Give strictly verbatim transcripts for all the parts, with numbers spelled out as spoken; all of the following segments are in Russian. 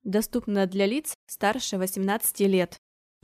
Доступно для лиц старше восемнадцати лет.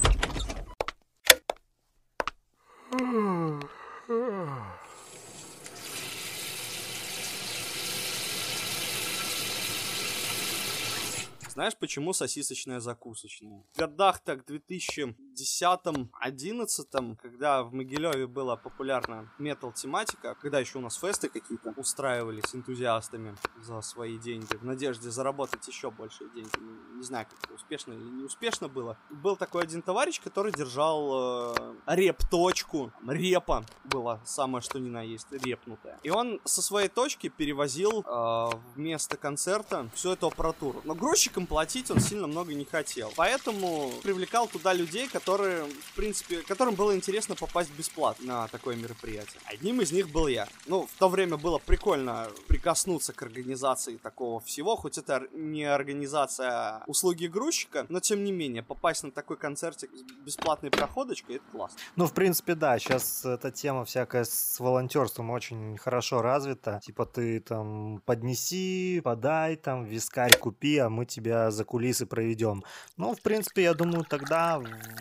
Знаешь, почему сосисочная закусочная? В годах так две тысячи десятом-одиннадцатом, когда в Могилеве была популярна метал-тематика, когда еще у нас фесты какие-то устраивались с энтузиастами за свои деньги, в надежде заработать еще большие деньги. Не знаю, как это успешно или не успешно было. Был такой один товарищ, который держал э, реп-точку. Репа была самое что ни на есть, репнутая. И он со своей точки перевозил э, вместо концерта всю эту аппаратуру. Но грузчикам платить он сильно много не хотел. Поэтому привлекал туда людей, которые, в принципе, которым было интересно попасть бесплатно на такое мероприятие. Одним из них был я. Ну, в то время было прикольно прикоснуться к организации такого всего, хоть это не организация услуги грузчика, но тем не менее, попасть на такой концертик с бесплатной проходочкой, это классно. Ну, в принципе, да, сейчас эта тема всякая с волонтерством очень хорошо развита. Типа ты там поднеси, подай, там вискарь купи, а мы тебя за кулисы проведем. Ну, в принципе, я думаю, тогда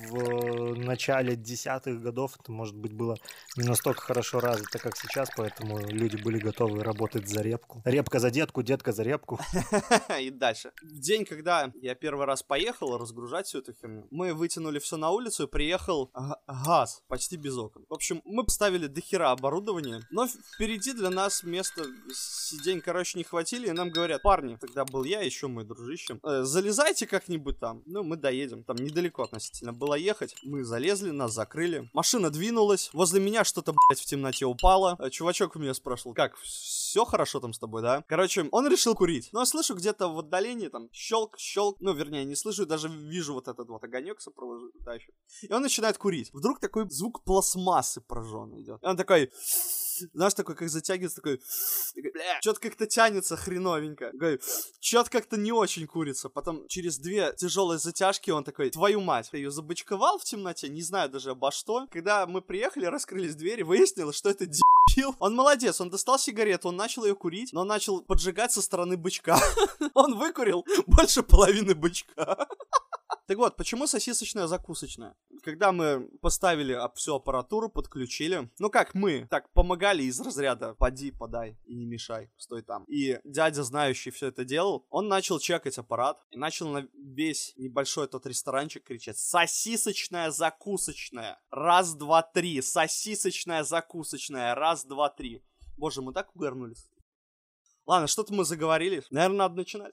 в начале десятых годов это, может быть, было не настолько хорошо развито, как сейчас, поэтому люди были готовы работать за репку. Репка за детку, детка за репку. И дальше. В день, когда я первый раз поехал разгружать всю эту херню, мы вытянули все на улицу, и приехал газ, почти без окон. В общем, мы поставили дохера оборудования, но впереди для нас места сидень, короче, не хватили, и нам говорят: парни, тогда был я, еще мой дружище, э, залезайте как-нибудь там. Ну, мы доедем, там недалеко относительно было ехать. Мы залезли, нас закрыли. Машина двинулась, возле меня что-то, блядь, в темноте упало. Чувачок у меня спрашивал: как, все хорошо там с тобой, да? Короче, он решил курить. Но я слышу где-то в отдалении там щелк, щелк. Ну, вернее, не слышу, даже вижу вот этот вот огонек сопровождающий. И он начинает курить. Вдруг такой звук пластмассы прожженный идет. И он такой, знаешь, такой, как затягивается, такой, бля, что-то как-то тянется хреновенько. Такой, что-то как-то не очень курится. Потом через две тяжелые затяжки он такой: твою мать, я ее забычковал в темноте, не знаю даже обо что. Когда мы приехали, раскрылись двери, выяснилось, что это дебил. Он молодец, он достал сигарету, он начал ее курить, но начал поджигать со стороны бычка. Он выкурил больше половины бычка. Так вот, почему сосисочная закусочная? Когда мы поставили всю аппаратуру, подключили, ну как мы, так помогали из разряда поди, подай и не мешай, стой там. И дядя, знающий все это делал, он начал чекать аппарат и начал на весь небольшой тот ресторанчик кричать: сосисочная закусочная, раз, два, три, сосисочная закусочная, раз, два, три. Боже, мы так угорнулись. Ладно, что-то мы заговорили, наверное, надо начинать.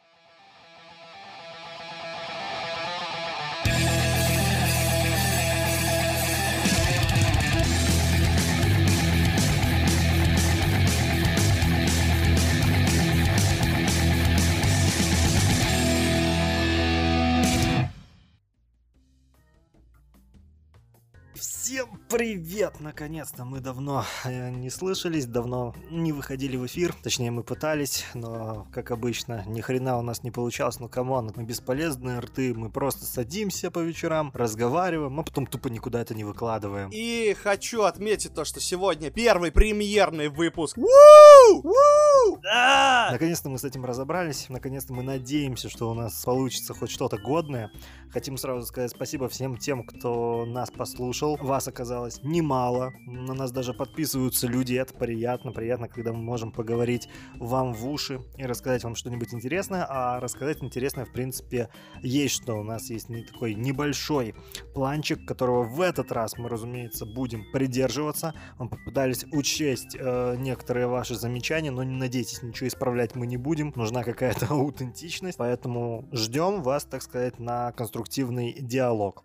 Всем привет! Наконец-то мы давно не слышались, давно не выходили в эфир. Точнее, мы пытались, но, как обычно, ни хрена у нас не получалось. Ну, камон, мы бесполезные рты, мы просто садимся по вечерам, разговариваем, а потом тупо никуда это не выкладываем. И хочу отметить то, что сегодня первый премьерный выпуск. Вуу! Вуу! Да! Наконец-то мы с этим разобрались, наконец-то мы надеемся, что у нас получится хоть что-то годное. Хотим сразу сказать спасибо всем тем, кто нас послушал. Вас оказалось немало. На нас даже подписываются люди. Это приятно. Приятно, когда мы можем поговорить вам в уши и рассказать вам что-нибудь интересное. А рассказать интересное, в принципе, есть что. У нас есть не такой небольшой планчик, которого в этот раз мы, разумеется, будем придерживаться. Мы попытались учесть э, некоторые ваши замечания, но не надейтесь, ничего исправлять мы не будем. Нужна какая-то аутентичность. Поэтому ждем вас, так сказать, на конструктивный диалог.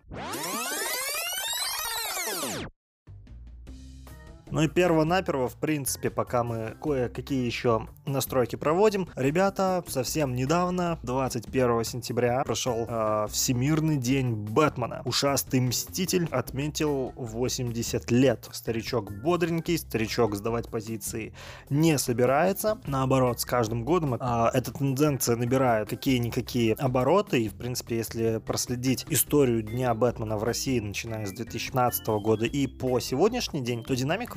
Ну и перво-наперво, в принципе, пока мы кое-какие еще настройки проводим, ребята, совсем недавно, двадцать первого сентября, прошел э, Всемирный день Бэтмена. Ушастый Мститель отметил восемьдесят лет. Старичок бодренький, старичок сдавать позиции не собирается. Наоборот, с каждым годом э, эта тенденция набирает какие-никакие обороты. И, в принципе, если проследить историю Дня Бэтмена в России, начиная с две тысячи пятнадцатого года и по сегодняшний день, то динамика, в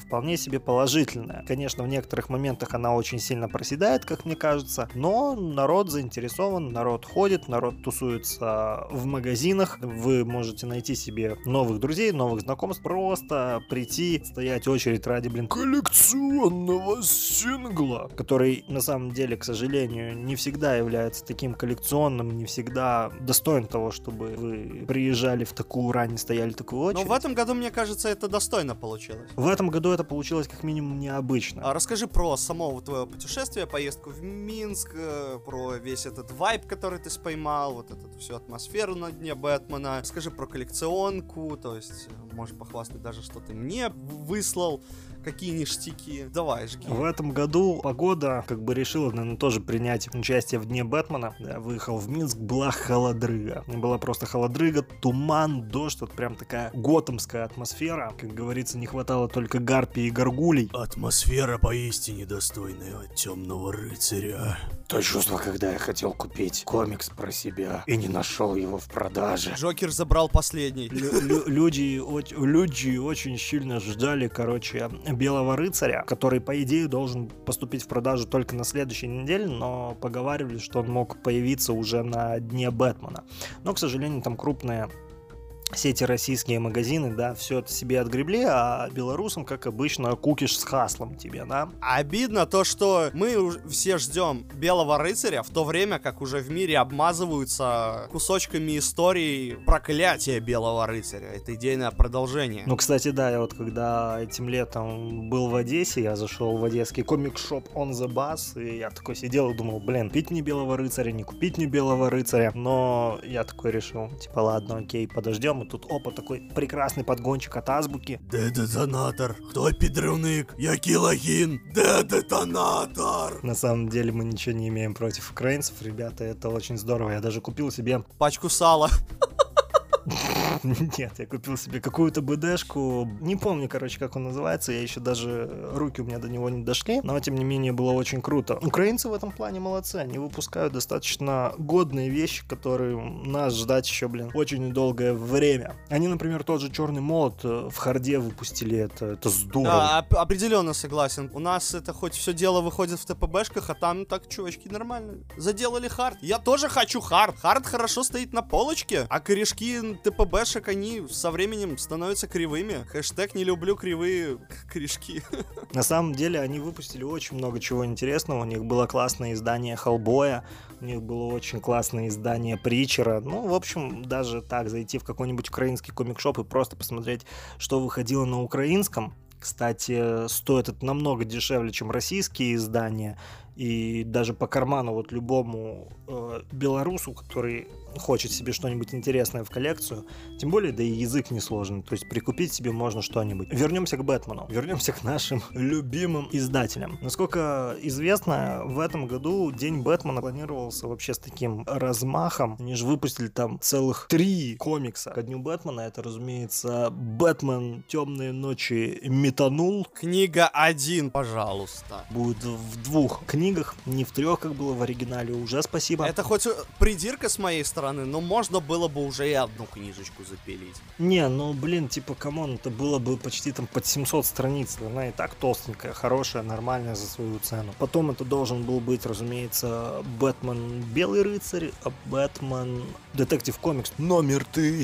вполне себе положительная. Конечно, в некоторых моментах она очень сильно проседает, как мне кажется, но народ заинтересован, народ ходит, народ тусуется в магазинах, вы можете найти себе новых друзей, новых знакомств, просто прийти, стоять очередь ради, блин, коллекционного сингла, который на самом деле, к сожалению, не всегда является таким коллекционным, не всегда достоин того, чтобы вы приезжали в такую рань и стояли в такую очередь. Но в этом году, мне кажется, это достойно получилось. В этом году это получилось как минимум необычно. А расскажи про само твое путешествие, поездку в Минск, про весь этот вайб, который ты споймал, вот эту всю атмосферу на дне Бэтмена. Скажи про коллекционку, то есть можешь похвастать даже, что ты мне выслал, какие ништяки. Давай, жги. В этом году погода как бы решила, наверное, тоже принять участие в Дне Бэтмена. Я выехал в Минск, была холодрыга. Была просто холодрыга, туман, дождь, вот прям такая готэмская атмосфера. Как говорится, не хватало только гарпий и горгулей. Атмосфера поистине достойная темного рыцаря. То чувство, когда я хотел купить комикс про себя и не нашел его в продаже. Джокер забрал последний. Лю- люди, люди очень сильно ждали, короче, Белого рыцаря, который, по идее, должен поступить в продажу только на следующей неделе, но поговаривали, что он мог появиться уже на Дне Бэтмена. Но, к сожалению, там крупные сети российские магазины, да, все это себе отгребли, а белорусам, как обычно, кукиш с хаслом тебе, да. Обидно то, что мы все ждем Белого рыцаря, в то время как уже в мире обмазываются кусочками истории проклятия Белого рыцаря. Это идейное продолжение. Ну, кстати, да, я вот когда этим летом был в Одессе, я зашел в одесский комик-шоп On The Bus, и я такой сидел и думал, блин, купить мне Белого рыцаря, не купить мне Белого рыцаря, но я такой решил, типа, ладно, окей, подождем. И тут, опа, такой прекрасный подгончик от Азбуки. Де детонатор? Хто підривник? Який логін? Де детонатор? На самом деле мы ничего не имеем против украинцев, ребята, это очень здорово. Я даже купил себе... Пачку сала. Нет, я купил себе какую-то БДшку, не помню, короче, как он называется, я еще даже, руки у меня до него не дошли, но, тем не менее, было очень круто. Украинцы в этом плане молодцы, они выпускают достаточно годные вещи, которые нас ждать еще, блин, очень долгое время. Они, например, тот же Черный молот в харде выпустили, это, это здорово. Да, оп- определенно согласен. У нас это хоть все дело выходит в ТПБшках, а там так, чувачки, нормально. Заделали хард. Я тоже хочу хард. Хард хорошо стоит на полочке, а корешки ТПБшек, они со временем становятся кривыми. Хэштег не люблю кривые корешки. На самом деле они выпустили очень много чего интересного. У них было классное издание Хеллбоя, у них было очень классное издание Притчера. Ну, в общем, даже так зайти в какой-нибудь украинский комик-шоп и просто посмотреть, что выходило на украинском. Кстати, стоит это намного дешевле, чем российские издания. И даже по карману вот любому э, белорусу, который хочет себе что-нибудь интересное в коллекцию, тем более, да и язык несложный, то есть прикупить себе можно что-нибудь. Вернемся к Бэтмену, вернемся к нашим любимым издателям. Насколько известно, в этом году День Бэтмена планировался вообще с таким размахом. Они же выпустили там целых три комикса ко Дню Бэтмена. Это, разумеется, Бэтмен Темные ночи метанул. Книга один, пожалуйста. Будет в двух книгах, не в трех, как было в оригинале, уже спасибо. Это хоть придирка с моей стороны, но можно было бы уже и одну книжечку запилить. Не, ну блин, типа, камон, это было бы почти там под семьсот страниц. Она и так толстенькая, хорошая, нормальная за свою цену. Потом это должен был быть, разумеется, Бэтмен Белый рыцарь, а Бэтмен Детектив Комикс номер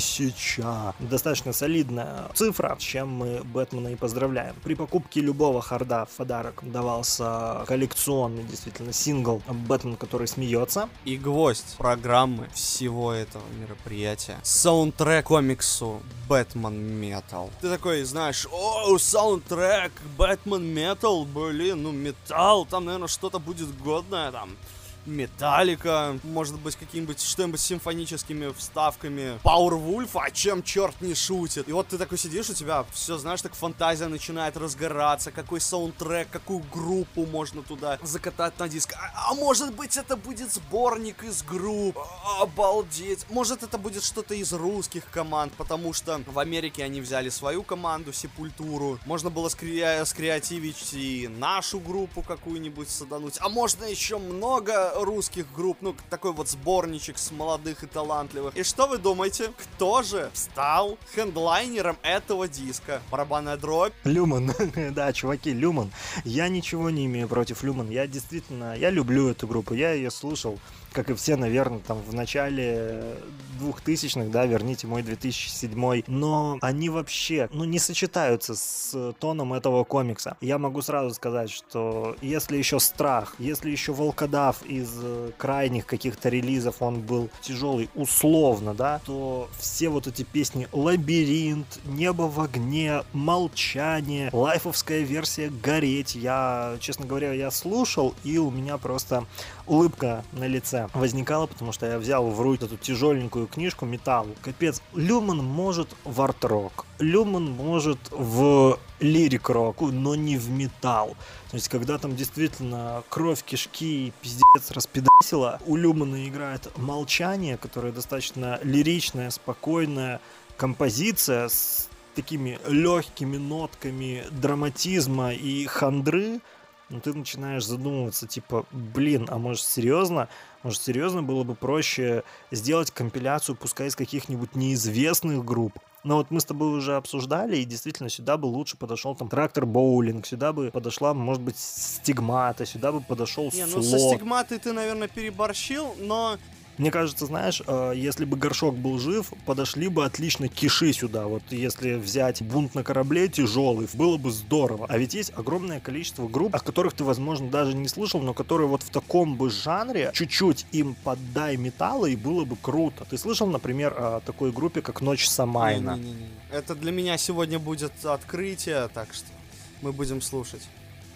тысяча. Достаточно солидная цифра, с чем мы Бэтмена и поздравляем. При покупке любого харда в подарок давался коллекционный, действительно, сингл Бэтмен, который смеется. И гвоздь программы всего этого мероприятия. Саундтрек комиксу Бэтмен Метал. Ты такой, знаешь, о, саундтрек Бэтмен Метал, блин, ну металл, там, наверное, что-то будет годное, там, Металлика, может быть, каким-нибудь что-нибудь с симфоническими вставками. Powerwolf, а чем черт не шутит? И вот ты такой сидишь, у тебя все, знаешь, так фантазия начинает разгораться. Какой саундтрек, какую группу можно туда закатать на диск. А, а может быть, это будет сборник из групп. Обалдеть. Может, это будет что-то из русских команд, потому что в Америке они взяли свою команду, Сепультуру. Можно было скре- скреативить и нашу группу какую-нибудь садануть. А можно еще много русских групп, ну, такой вот сборничек с молодых и талантливых. И что вы думаете? Кто же стал хедлайнером этого диска? Барабанная дробь. Люман. Да, чуваки, Люман. Я ничего не имею против Люман. Я действительно, я люблю эту группу. Я ее слушал, как и все, наверное, там в начале двухтысячных, да, верните мой две тысячи седьмой. Но они вообще, ну, не сочетаются с тоном этого комикса. Я могу сразу сказать, что если еще Страх, если еще Волкодав из крайних каких-то релизов, он был тяжелый условно, да, то все вот эти песни «Лабиринт», «Небо в огне», «Молчание», лайфовская версия «Гореть», я, честно говоря, я слушал, и у меня просто улыбка на лице возникала, потому что я взял в руки эту тяжеленькую книжку «Металл». Капец, Люман может в арт-рок, Люман может в лирик-рок, но не в металл. То есть, когда там действительно кровь, кишки и пиздец распидасила, у Люмана играет «Молчание», которое достаточно лиричная, спокойная композиция с такими легкими нотками драматизма и хандры. Но ты начинаешь задумываться, типа, блин, а может серьезно? Может серьезно было бы проще сделать компиляцию, пускай из каких-нибудь неизвестных групп? Но вот мы с тобой уже обсуждали, и действительно сюда бы лучше подошел там Трактор Боулинг, сюда бы подошла, может быть, Стигмата, сюда бы подошел Не, Слот. ну со Стигматой ты, наверное, переборщил, но... Мне кажется, знаешь, если бы Горшок был жив, подошли бы отлично Киши сюда. Вот если взять «Бунт на корабле» тяжелый, было бы здорово. А ведь есть огромное количество групп, о которых ты, возможно, даже не слышал, но которые вот в таком бы жанре чуть-чуть им поддай металла, и было бы круто. Ты слышал, например, о такой группе, как «Ночь Самайна»? Не-не-не. Это для меня сегодня будет открытие, так что мы будем слушать.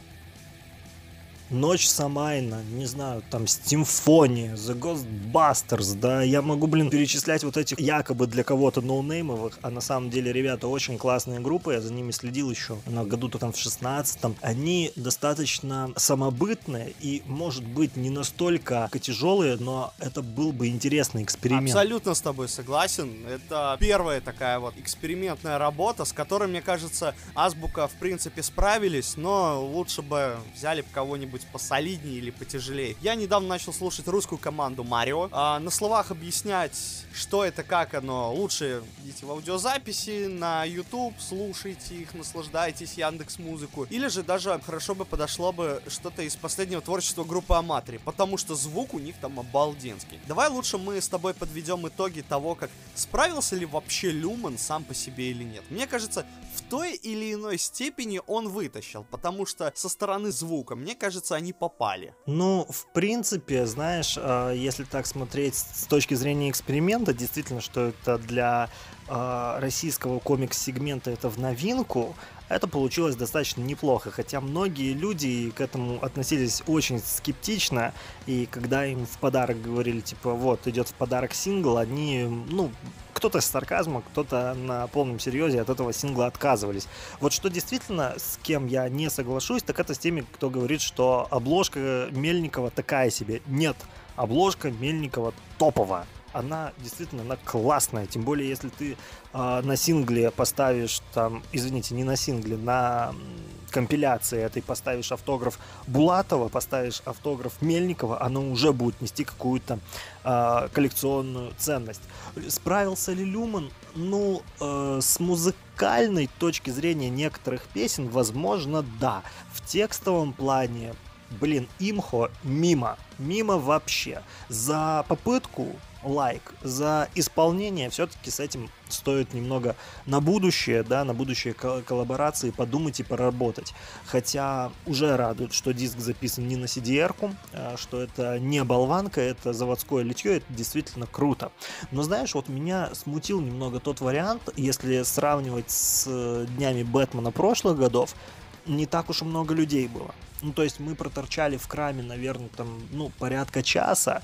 Ночь Самайна, не знаю, там Симфония, The Ghostbusters, да, я могу, блин, перечислять вот этих якобы для кого-то ноунеймовых, а на самом деле ребята очень классные группы, я за ними следил еще на году-то там в шестнадцатом, они достаточно самобытные и, может быть, не настолько тяжелые, но это был бы интересный эксперимент. Абсолютно с тобой согласен, это первая такая вот экспериментная работа, с которой, мне кажется, Азбука, в принципе, справились, но лучше бы взяли бы кого-нибудь посолиднее или потяжелее. Я недавно начал слушать русскую команду Марио. А, на словах объяснять, что это, как оно, лучше идите в аудиозаписи на YouTube, слушайте их, наслаждайтесь Яндекс.Музыку. Или же даже хорошо бы подошло бы что-то из последнего творчества группы Аматри, потому что звук у них там обалденский. Давай лучше мы с тобой подведем итоги того, как справился ли вообще Люман сам по себе или нет. Мне кажется, в той или иной степени он вытащил, потому что со стороны звука, мне кажется, они попали. Ну, в принципе, знаешь, если так смотреть с точки зрения эксперимента, действительно, что это для российского комикс-сегмента это в новинку, это получилось достаточно неплохо, хотя многие люди к этому относились очень скептично, и когда им в подарок говорили, типа, вот, идет в подарок сингл, они, ну, кто-то с сарказмом, кто-то на полном серьезе от этого сингла отказывались. Вот что действительно, с кем я не соглашусь, так это с теми, кто говорит, что обложка Мельникова такая себе. Нет, обложка Мельникова топовая. Она действительно, она классная, тем более, если ты э, на сингле поставишь там, извините, не на сингле, на компиляции этой поставишь автограф Булатова, поставишь автограф Мельникова, оно уже будет нести какую-то э, коллекционную ценность. Справился ли Люман? Ну, э, с музыкальной точки зрения некоторых песен, возможно, да. В текстовом плане, блин, имхо мимо, мимо вообще. За попытку лайк, за исполнение все-таки с этим стоит немного на будущее, да, на будущее коллаборации подумать и поработать. Хотя уже радует, что диск записан не на си ди эр-ку, что это не болванка, это заводское литье, это действительно круто. Но знаешь, вот меня смутил немного тот вариант, если сравнивать с днями Бэтмена прошлых годов, не так уж и много людей было. Ну, то есть мы проторчали в краме, наверное, там, ну, порядка часа,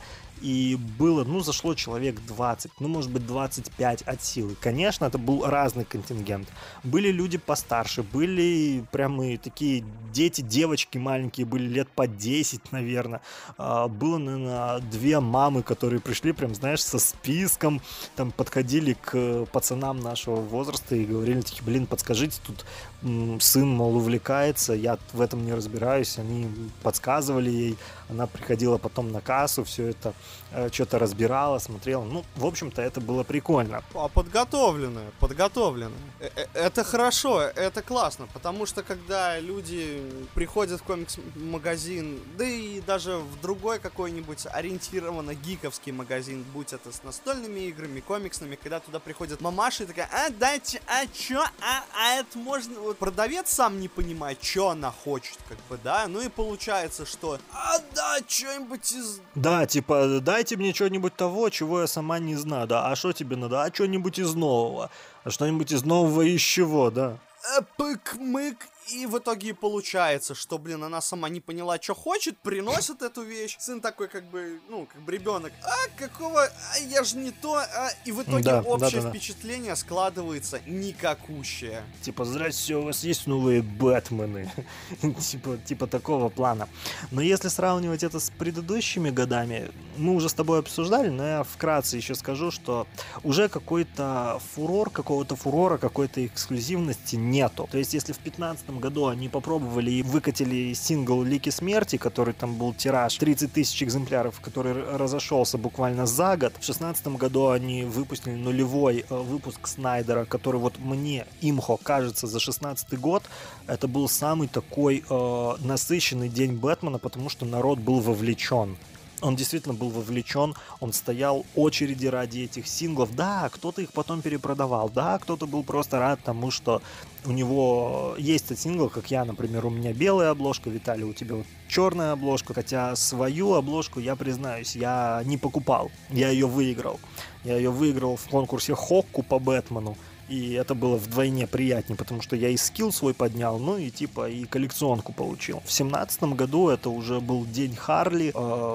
и было, ну, зашло человек двадцать, ну, может быть, двадцать пять от силы. Конечно, это был разный контингент. Были люди постарше, были прямо такие дети, девочки маленькие, были лет по десять, наверное. Было, наверное, две мамы, которые пришли, прям, знаешь, со списком, там, подходили к пацанам нашего возраста и говорили, такие, блин, подскажите, тут м, сын, мол, увлекается, я в этом не разбираюсь. Они подсказывали ей, она приходила потом на кассу, все это э, что-то разбирала, смотрела. Ну, в общем-то, это было прикольно. А подготовленные, подготовленные. Э-э- это хорошо, это классно, потому что когда люди приходят в комикс-магазин, да и даже в другой какой-нибудь ориентированно гиковский магазин, будь это с настольными играми, комиксными, когда туда приходят мамаши и такая, а, дайте, а чё, а, а это можно... Вот продавец сам не понимает, чё она хочет, как бы, да, ну и получается, что, а, да, что-нибудь из... Да, типа, дайте мне что-нибудь того, чего я сама не знаю, да, а что тебе надо, а что-нибудь из нового, а что-нибудь из нового из чего, да. Пык-мык, и в итоге получается, что, блин, она сама не поняла, что хочет, приносит эту вещь. Сын такой, как бы, ну, как бы ребенок, а, какого, а, я же не то, а, и в итоге да, общее да, да, впечатление да. складывается никакущее. Типа, здрасте, у вас есть новые Бэтмены? типа, типа такого плана. Но если сравнивать это с предыдущими годами, мы уже с тобой обсуждали, но я вкратце еще скажу, что уже какой-то фурор, какого-то фурора, какой-то эксклюзивности нету. То есть, если в пятнадцатом году они попробовали и выкатили сингл «Лики смерти», который там был тираж тридцать тысяч экземпляров, который разошелся буквально за год. В шестнадцатом году они выпустили нулевой э, выпуск Снайдера, который вот мне, имхо, кажется, за шестнадцатый год это был самый такой э, насыщенный день Бэтмена, потому что народ был вовлечен. Он действительно был вовлечен, он стоял в очереди ради этих синглов. Да, кто-то их потом перепродавал, да, кто-то был просто рад тому, что у него есть этот сингл, как я, например, у меня белая обложка, Виталий, у тебя вот черная обложка, хотя свою обложку, я признаюсь, я не покупал, я ее выиграл. Я ее выиграл в конкурсе Хокку по Бэтмену. И это было вдвойне приятнее, потому что я и скилл свой поднял, ну и типа и коллекционку получил. В семнадцатом году это уже был день Харли.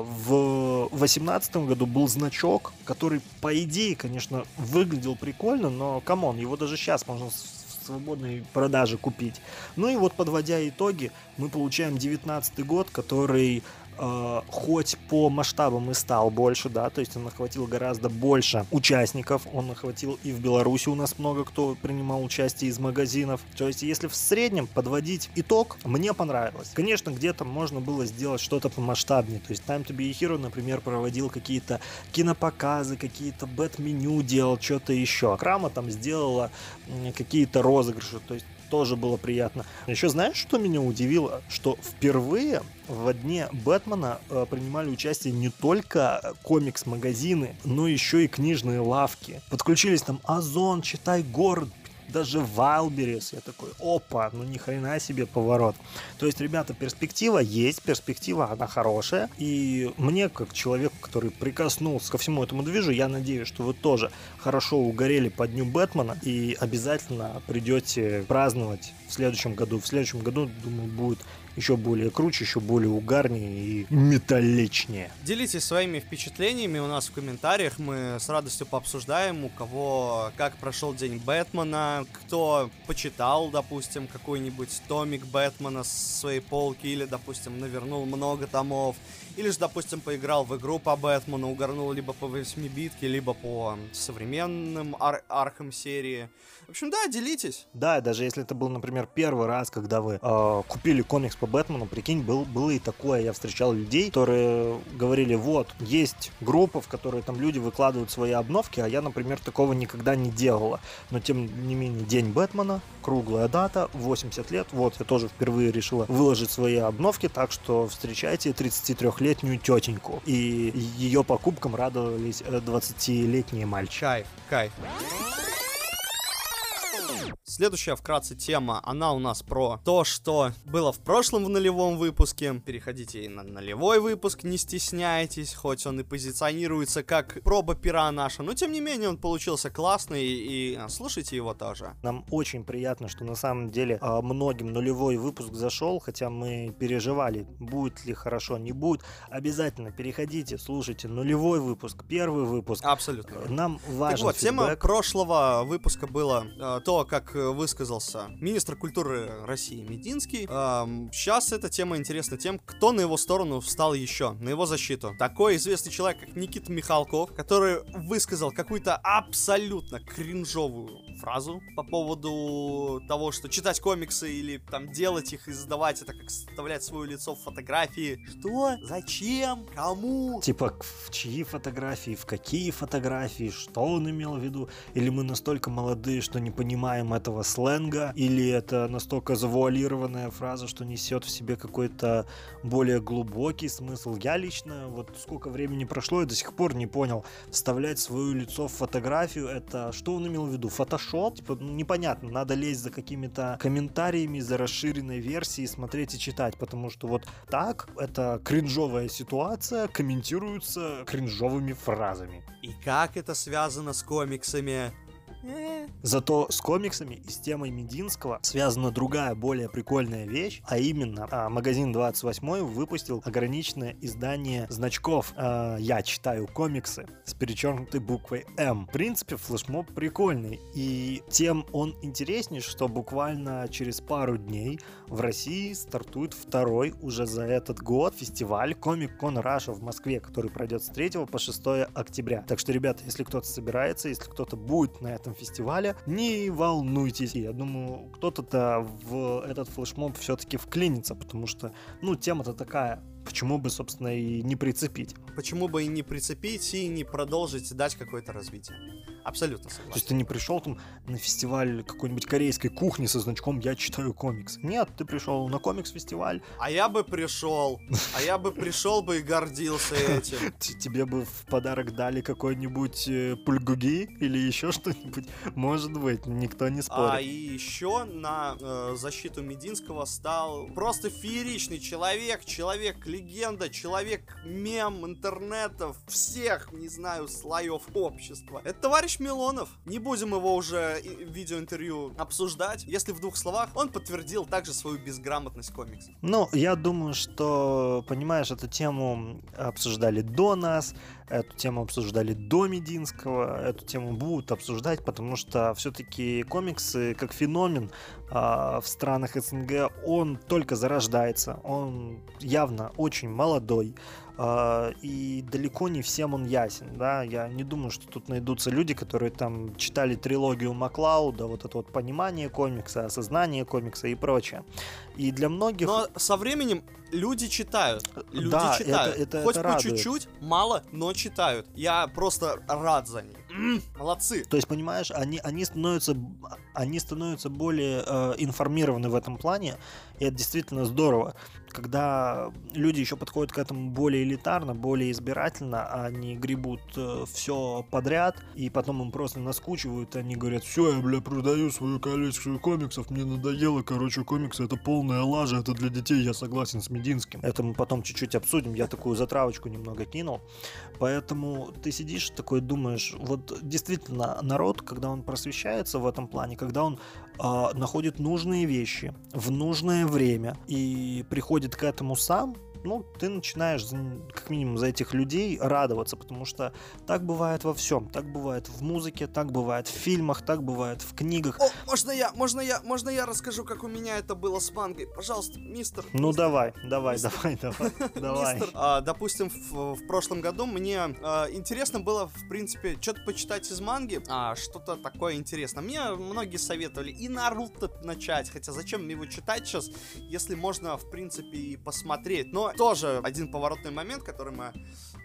В восемнадцатом году был значок, который, по идее, конечно, выглядел прикольно, но, камон, его даже сейчас можно в свободной продаже купить. Ну и вот, подводя итоги, мы получаем девятнадцатый год, который... Uh, хоть по масштабам и стал больше, да, то есть он охватил гораздо больше участников, он охватил и в Беларуси у нас много кто принимал участие из магазинов, то есть если в среднем подводить итог, мне понравилось. Конечно, где-то можно было сделать что-то помасштабнее, то есть Time to be a Hero, например, проводил какие-то кинопоказы, какие-то бэт-меню делал, что-то еще. Крама там сделала какие-то розыгрыши, то есть тоже было приятно. Еще знаешь, что меня удивило? Что впервые в дне Бэтмена э, принимали участие не только комикс-магазины, но еще и книжные лавки. Подключились там Озон, Читай город, даже Wildberries. Я такой, опа, ну ни хрена себе поворот. То есть, ребята, перспектива есть, перспектива, она хорошая. И мне, как человеку, который прикоснулся ко всему этому движу, я надеюсь, что вы тоже хорошо угорели по дню Бэтмена и обязательно придете праздновать в следующем году. В следующем году, думаю, будет еще более круче, еще более угарнее и металличнее. Делитесь своими впечатлениями у нас в комментариях, мы с радостью пообсуждаем, у кого как прошел день Бэтмена, кто почитал, допустим, какой-нибудь томик Бэтмена с своей полки, или, допустим, навернул много томов, или же, допустим, поиграл в игру по Бэтмену, угорнул либо по восьмибитке, либо по современным ар- архам серии. В общем, да, делитесь. Да, даже если это был, например, первый раз, когда вы э, купили комикс по Бэтмену, прикинь, был, было и такое. Я встречал людей, которые говорили, вот, есть группа, в которой там люди выкладывают свои обновки, а я, например, такого никогда не делала. Но, тем не менее, день Бэтмена, круглая дата, восемьдесят лет, вот, я тоже впервые решила выложить свои обновки, так что встречайте тридцатитрёхлетнюю тетеньку. И ее покупкам радовались двадцатилетние мальчики. Кайф, кайф. Следующая вкратце тема, она у нас про то, что было в прошлом в нулевом выпуске. Переходите и на нулевой выпуск, не стесняйтесь, хоть он и позиционируется как проба пера наша, но тем не менее он получился классный, и слушайте его тоже. Нам очень приятно, что на самом деле многим нулевой выпуск зашел, хотя мы переживали, будет ли хорошо, не будет. Обязательно переходите, слушайте нулевой выпуск, первый выпуск. Абсолютно. Нам важен Так вот, фидбэк. тема прошлого выпуска была э, то, как высказался министр культуры России Мединский. Эм, сейчас эта тема интересна тем, кто на его сторону встал еще, на его защиту. Такой известный человек, как Никита Михалков, который высказал какую-то абсолютно кринжовую фразу по поводу того, что читать комиксы или там делать их и издавать, это как вставлять свое лицо в фотографии. Что? Зачем? Кому? Типа, в чьи фотографии, в какие фотографии, что он имел в виду? Или мы настолько молодые, что не понимаем этого сленга? Или это настолько завуалированная фраза, что несет в себе какой-то более глубокий смысл? Я лично, вот сколько времени прошло, я до сих пор не понял. Вставлять свое лицо в фотографию, это что он имел в виду? Фотошоп? Типа, ну, непонятно, надо лезть за какими-то комментариями, за расширенной версией, смотреть и читать, потому что вот так, это кринжовая ситуация комментируется кринжовыми фразами. И как это связано с комиксами? Зато с комиксами и с темой Мединского связана другая, более прикольная вещь, а именно а, магазин двадцать восемь выпустил ограниченное издание значков а, «Я читаю комиксы» с перечеркнутой буквой «М». В принципе, флешмоб прикольный, и тем он интереснее, что буквально через пару дней в России стартует второй уже за этот год фестиваль Comic-Con Russia в Москве, который пройдет с третьего по шестое октября. Так что, ребята, если кто-то собирается, если кто-то будет на этом фестивале, не волнуйтесь. Я думаю, кто-то-то в этот флешмоб все-таки вклинится, потому что, ну, тема-то такая. Почему бы, собственно, и не прицепить? Почему бы и не прицепить, и не продолжить дать какое-то развитие? Абсолютно согласен. То есть ты не пришел там на фестиваль какой-нибудь корейской кухни со значком «Я читаю комикс». Нет, ты пришел на комикс-фестиваль. А я бы пришел. А я бы пришел бы и гордился этим. Тебе бы в подарок дали какой-нибудь э, пульгуги или еще что-нибудь. Может быть, никто не спорит. А и еще на э, защиту Мединского стал просто фееричный человек, человек-легенда, человек-мем интернетов, всех, не знаю, слоев общества. Это товарищ Милонов. Не будем его уже в видеоинтервью обсуждать. Если в двух словах, он подтвердил также свою безграмотность комиксов. Ну, я думаю, что, понимаешь, эту тему обсуждали до нас, эту тему обсуждали до Мединского, эту тему будут обсуждать, потому что все-таки комиксы как феномен а, в странах СНГ, он только зарождается, он явно очень молодой. Uh, и далеко не всем он ясен, да, я не думаю, что тут найдутся люди, которые там читали трилогию Маклауда, вот это вот понимание комикса, осознание комикса и прочее, и для многих... Но со временем люди читают, люди да, читают, это, это, хоть это по радует. чуть-чуть, мало, но читают, я просто рад за них. М-м, молодцы. То есть, понимаешь, они, они, становятся, они становятся более э, информированы в этом плане, и это действительно здорово, когда люди еще подходят к этому более элитарно, более избирательно, а они гребут э, все подряд, и потом им просто наскучивают, они говорят: все, я, бля, продаю свою коллекцию комиксов, мне надоело, короче, комиксы, это полная лажа, это для детей, я согласен с Мединским. Это мы потом чуть-чуть обсудим, я такую затравочку немного кинул, поэтому ты сидишь такой, думаешь, вот действительно народ, когда он просвещается в этом плане, когда он э, находит нужные вещи в нужное время и приходит к этому сам, ну, ты начинаешь как минимум за этих людей радоваться, потому что так бывает во всем. Так бывает в музыке, так бывает в фильмах, так бывает в книгах. О, можно я, можно я, можно я расскажу, как у меня это было с мангой? Пожалуйста, мистер. Ну, мистер. давай, давай, Мистер. давай, давай, давай. Мистер, а, допустим, в, в прошлом году мне а, интересно было, в принципе, что-то почитать из манги, а, что-то такое интересное. Мне многие советовали и Наруто начать, хотя зачем мне его читать сейчас, если можно, в принципе, и посмотреть. Но тоже один поворотный момент, который мы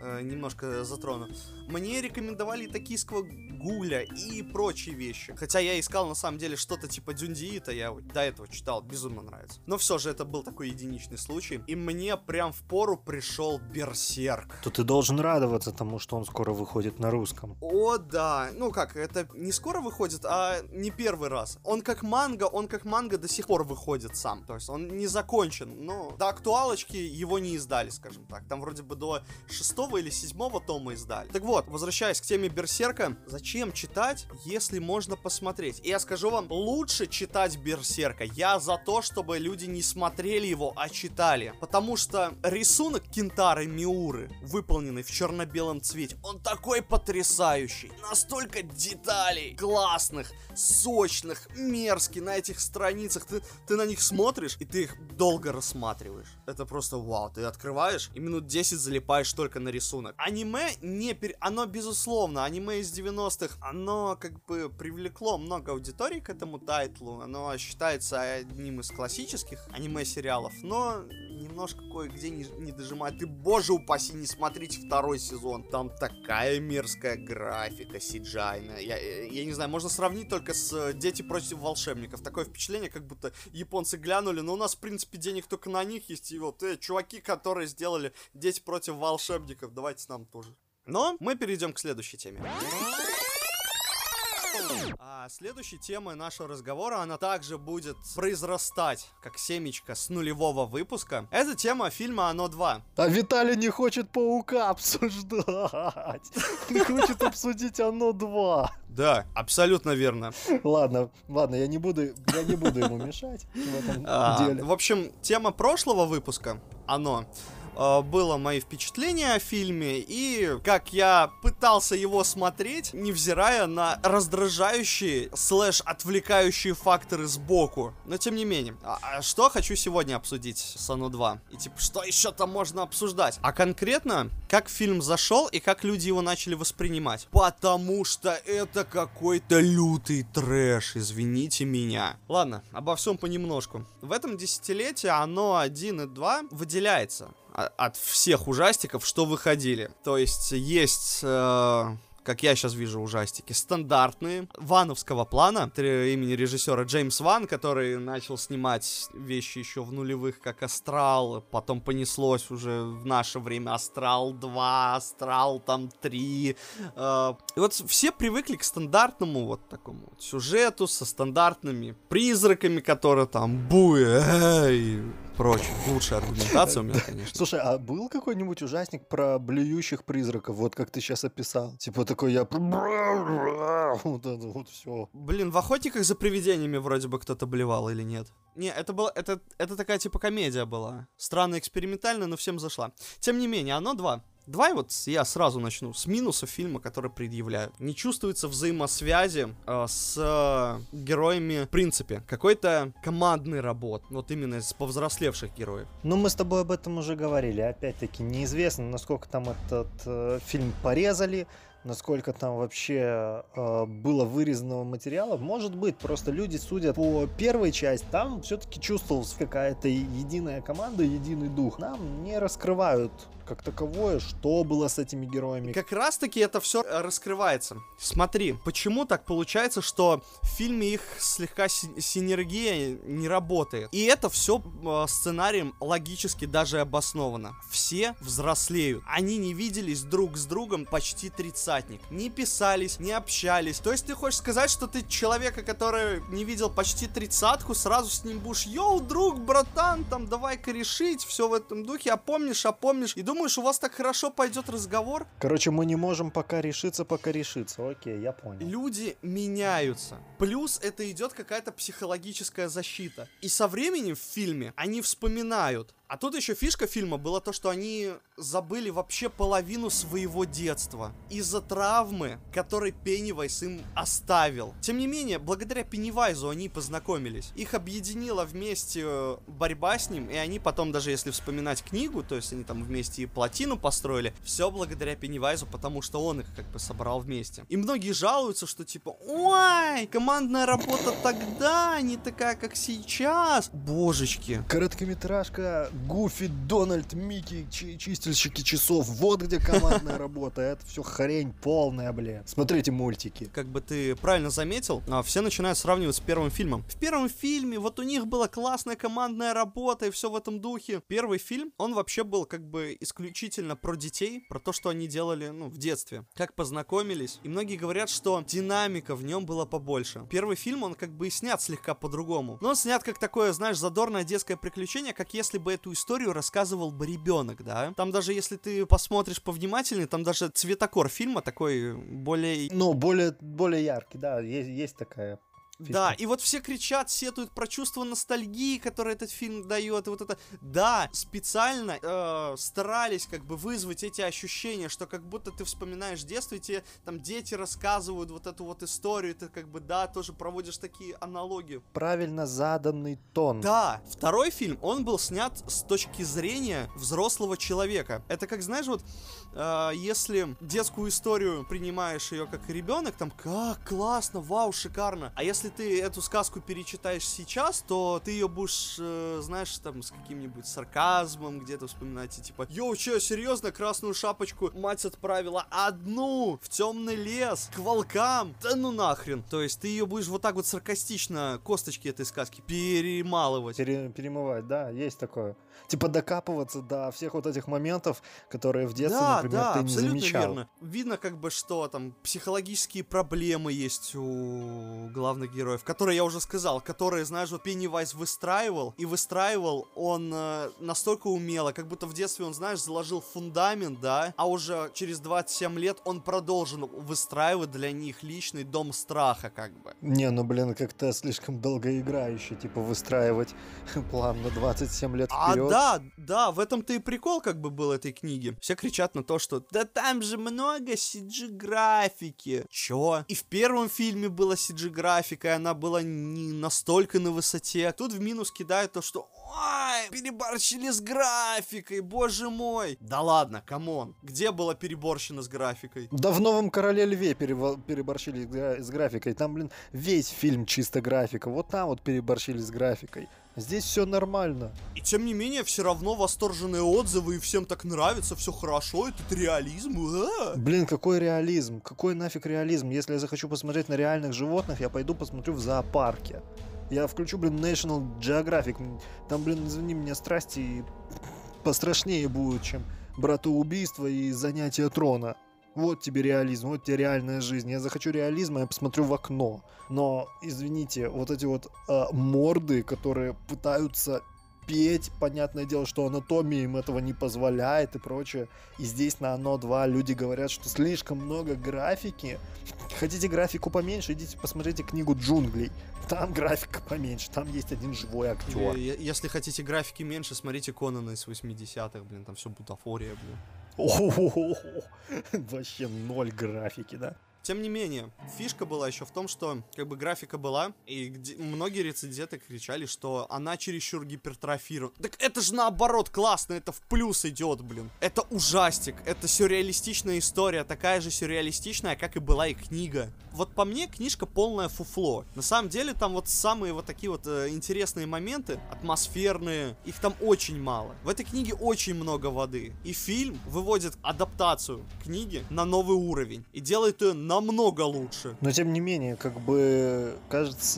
э, немножко затрону. Мне рекомендовали токийского гуля и прочие вещи. Хотя я искал, на самом деле, что-то типа Дюндиита, я вот до этого читал, безумно нравится. Но все же это был такой единичный случай. И мне прям в пору пришел Берсерк. То ты должен радоваться тому, что он скоро выходит на русском. О, да. Ну как, это не скоро выходит, а не первый раз. Он как манга, он как манга до сих пор выходит сам. То есть он не закончен, но до актуалочки его не издали, скажем так. Там вроде бы до шестого или седьмого тома издали. Так вот, возвращаясь к теме Берсерка, зачем читать, если можно посмотреть? И я скажу вам, лучше читать Берсерка. Я за то, чтобы люди не смотрели его, а читали. Потому что рисунок Кентары Миуры, выполненный в черно-белом цвете, он такой потрясающий. Настолько деталей классных, сочных, мерзких на этих страницах. Ты, ты на них смотришь, и ты их долго рассматриваешь. Это просто вау. Ты открываешь и минут десять залипаешь только на рисунок. Аниме не пер... Оно, безусловно, аниме из девяностых, оно как бы привлекло много аудитории к этому тайтлу. Оно считается одним из классических аниме-сериалов, но немножко кое-где не, не дожимает. И, боже упаси, не смотрите второй сезон. Там такая мерзкая графика сиджайная. Я, я не знаю, можно сравнить только с «Дети против волшебников». Такое впечатление, как будто японцы глянули, но у нас, в принципе, денег только на них есть. И вот, э, чуваки, которые сделали «Дети против волшебников», давайте нам тоже. Но мы перейдем к следующей теме. А следующей темой нашего разговора, она также будет произрастать, как семечко с нулевого выпуска. Это тема фильма «Оно два». А Виталий не хочет Паука обсуждать. Он хочет обсудить «Оно два». Да, абсолютно верно. Ладно, ладно, я не буду, я не буду ему мешать в этом а, деле. В общем, тема прошлого выпуска, «Оно», было мои впечатления о фильме и как я пытался его смотреть, невзирая на раздражающие слэш отвлекающие факторы сбоку. Но тем не менее, а, а что хочу сегодня обсудить с «Оно два? И типа, что еще там можно обсуждать? А конкретно, как фильм зашел и как люди его начали воспринимать. Потому что это какой-то лютый трэш, извините меня. Ладно, обо всем понемножку. В этом десятилетии «Оно один» и «два» выделяется от всех ужастиков, что выходили. То есть есть, э, как я сейчас вижу, ужастики стандартные, вановского плана, имени режиссера Джеймс Ван, который начал снимать вещи еще в нулевых, как «Астрал», потом понеслось уже в наше время «Астрал два», «Астрал» там три. Э, и вот все привыкли к стандартному вот такому вот сюжету со стандартными призраками, которые там буэ, эй, прочее. Лучшая аргументация у меня, конечно. Слушай, а был какой-нибудь ужастик про блюющих призраков, вот как ты сейчас описал? Типа такой я... Вот это вот все. Блин, в «Охотниках за привидениями» вроде бы кто-то блевал или нет? Не, это была... Это, это такая типа комедия была. Странно экспериментальная, но всем зашла. Тем не менее, «Оно два». Давай вот я сразу начну с минусов фильма, который предъявляют. Не чувствуется взаимосвязи э, с э, героями в принципе. Какой-то командный работ. Вот именно с повзрослевших героев. Ну, мы с тобой об этом уже говорили. Опять-таки, неизвестно, насколько там этот э, фильм порезали, насколько там вообще э, было вырезанного материала. Может быть, просто люди судят по первой части. Там все-таки чувствовалась какая-то единая команда, единый дух. Нам не раскрывают как таковое, что было с этими героями. Как раз таки это все раскрывается. Смотри, почему так получается, что в фильме их слегка си- синергия не работает. И это все э, сценарием логически даже обосновано. Все взрослеют. Они не виделись друг с другом почти тридцатник. Не писались, не общались. То есть ты хочешь сказать, что ты человека, который не видел почти тридцатку, сразу с ним будешь: йоу, друг, братан, там давай корешить, все в этом духе, а помнишь, а помнишь. И думаешь, у вас так хорошо пойдет разговор? Короче, мы не можем пока решиться, пока решиться. Окей, я понял. Люди меняются. Плюс это идет какая-то психологическая защита. И со временем в фильме они вспоминают. А тут еще фишка фильма была то, что они забыли вообще половину своего детства из-за травмы, которой Пеннивайз им оставил. Тем не менее, благодаря Пеннивайзу они познакомились. Их объединила вместе борьба с ним, и они потом, даже если вспоминать книгу, то есть они там вместе и плотину построили, все благодаря Пеннивайзу, потому что он их как бы собрал вместе. И многие жалуются, что типа, ой, командная работа тогда не такая, как сейчас. Божечки. Короткометражка Гуфи, Дональд, Микки, чи- чистильщики часов. Вот где командная работа. Это все хрень полная, блин. Смотрите мультики. Как бы ты правильно заметил, а, все начинают сравнивать с первым фильмом. В первом фильме вот у них была классная командная работа и все в этом духе. Первый фильм, он вообще был как бы исключительно про детей, про то, что они делали, ну, в детстве. Как познакомились. И многие говорят, что динамика в нем была побольше. Первый фильм, он как бы и снят слегка по-другому. Но он снят как такое, знаешь, задорное детское приключение, как если бы эту историю рассказывал бы ребенок, да? Там даже если ты посмотришь повнимательнее, там даже цветокор фильма такой более... Ну, более, более яркий, да, есть, есть такая... Фишка. Да, и вот все кричат, сетуют про чувство ностальгии, которое этот фильм дает, и вот это, да, специально э, старались как бы вызвать эти ощущения, что как будто ты вспоминаешь детство, и тебе там дети рассказывают вот эту вот историю, ты как бы, да, тоже проводишь такие аналогии. Правильно заданный тон. Да, второй фильм, он был снят с точки зрения взрослого человека. Это как, знаешь, вот, э, если детскую историю принимаешь ее как ребенок, там, как классно, вау, шикарно, а если ты эту сказку перечитаешь сейчас, то ты ее будешь, э, знаешь, там, с каким-нибудь сарказмом где-то вспоминать, и типа, йоу, че, серьезно, красную шапочку мать отправила одну в темный лес, к волкам, да ну нахрен. То есть ты ее будешь вот так вот саркастично косточки этой сказки перемалывать. Пере- перемывать, да, есть такое. Типа докапываться до всех вот этих моментов, которые в детстве, Да, например, да, ты не абсолютно замечал. верно. Видно, как бы, что там психологические проблемы есть у главных героев, которые я уже сказал, которые, знаешь, вот Пеннивайз выстраивал, и выстраивал он э, настолько умело, как будто в детстве он, знаешь, заложил фундамент, да, а уже через двадцать семь лет он продолжил выстраивать для них личный дом страха, как бы. Не, ну блин, как-то слишком долгоиграюще, типа выстраивать план на двадцать семь лет А вперед. да, да, в этом-то и прикол как бы был этой книги. Все кричат на то, что да там же много си джи-графики. Чё? И в первом фильме была си джи-графика, и она была не настолько на высоте. Тут в минус кидают то, что ой, переборщили с графикой, боже мой. Да ладно, камон. Где было переборщено с графикой? Да в «Новом Короле Льве» перево- переборщили с, гра- с графикой. Там, блин, весь фильм чисто графика. Вот там вот переборщили с графикой. Здесь все нормально. И тем не менее, все равно восторженные отзывы, и всем так нравится, все хорошо, этот реализм. А-а-а. Блин, какой реализм? Какой нафиг реализм? Если я захочу посмотреть на реальных животных, я пойду посмотрю в зоопарке. Я включу, блин, National Geographic. Там, блин, извини меня, страсти пострашнее будут, чем братоубийство и занятие трона. Вот тебе реализм, вот тебе реальная жизнь. Я захочу реализма, я посмотрю в окно. Но, извините, вот эти вот э, морды, которые пытаются петь, понятное дело, что анатомия им этого не позволяет и прочее. И здесь на Оно два люди говорят, что слишком много графики. Хотите графику поменьше, идите посмотрите книгу «Джунглей». Там графика поменьше, там есть один живой актер. Е- Если хотите графики меньше, смотрите Конана из восьмидесятых, блин, там все бутафория, блин. О-хо-хо-хо. Вообще ноль графики, да? Тем не менее, фишка была еще в том, что как бы графика была, и где, многие рецензенты кричали, что она чересчур гипертрофирована. Так это же наоборот классно, это в плюс идет, блин. Это ужастик, это сюрреалистичная история, такая же сюрреалистичная, как и была и книга. Вот по мне, книжка полное фуфло. На самом деле там вот самые вот такие вот э, интересные моменты, атмосферные, их там очень мало. В этой книге очень много воды. И фильм выводит адаптацию книги на новый уровень и делает ее намного лучше. Но тем не менее, как бы, кажется,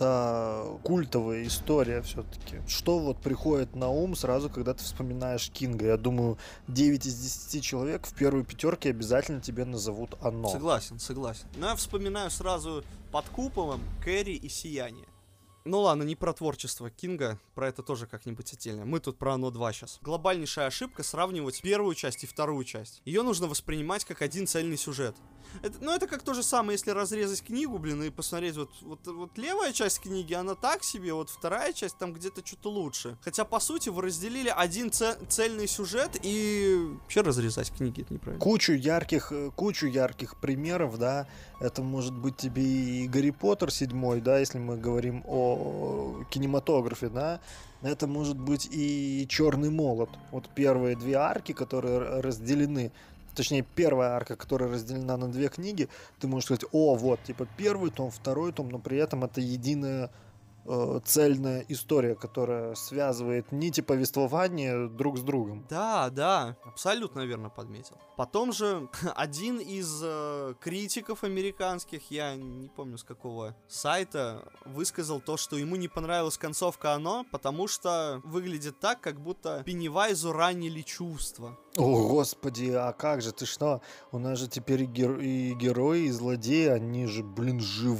это культовая история все-таки. Что вот приходит на ум сразу, когда ты вспоминаешь Кинга? Я думаю, девять из десяти человек в первой пятерке обязательно тебе назовут «Оно». Согласен, согласен. Но я вспоминаю сразу «Под куполом», «Кэрри» и «Сияние». Ну ладно, не про творчество Кинга, про это тоже как-нибудь отдельно. Мы тут про Оно два сейчас. Глобальнейшая ошибка сравнивать первую часть и вторую часть. Ее нужно воспринимать как один цельный сюжет. Это, ну это как то же самое, если разрезать книгу, блин, и посмотреть, вот, вот, вот левая часть книги, она так себе, вот вторая часть там где-то что-то лучше. Хотя, по сути, вы разделили один ц- цельный сюжет, и вообще разрезать книги, это неправильно. Кучу ярких, э, кучу ярких примеров, да, это может быть тебе и Гарри Поттер седьмой, да, если мы говорим о кинематографе, да, это может быть и Черный молот. Вот первые две арки, которые разделены, точнее, первая арка, которая разделена на две книги, ты можешь сказать, о, вот, типа, первый том, второй том, но при этом это единая э, цельная история, которая связывает нити повествования друг с другом. Да, да, абсолютно верно подметил. Потом же один из э, критиков американских, я не помню с какого сайта, высказал то, что ему не понравилась концовка «Оно», потому что выглядит так, как будто Пеннивайзу ранили чувства. О, господи, а как же, ты что? У нас же теперь и, гер... и герои, и злодеи, они же, блин,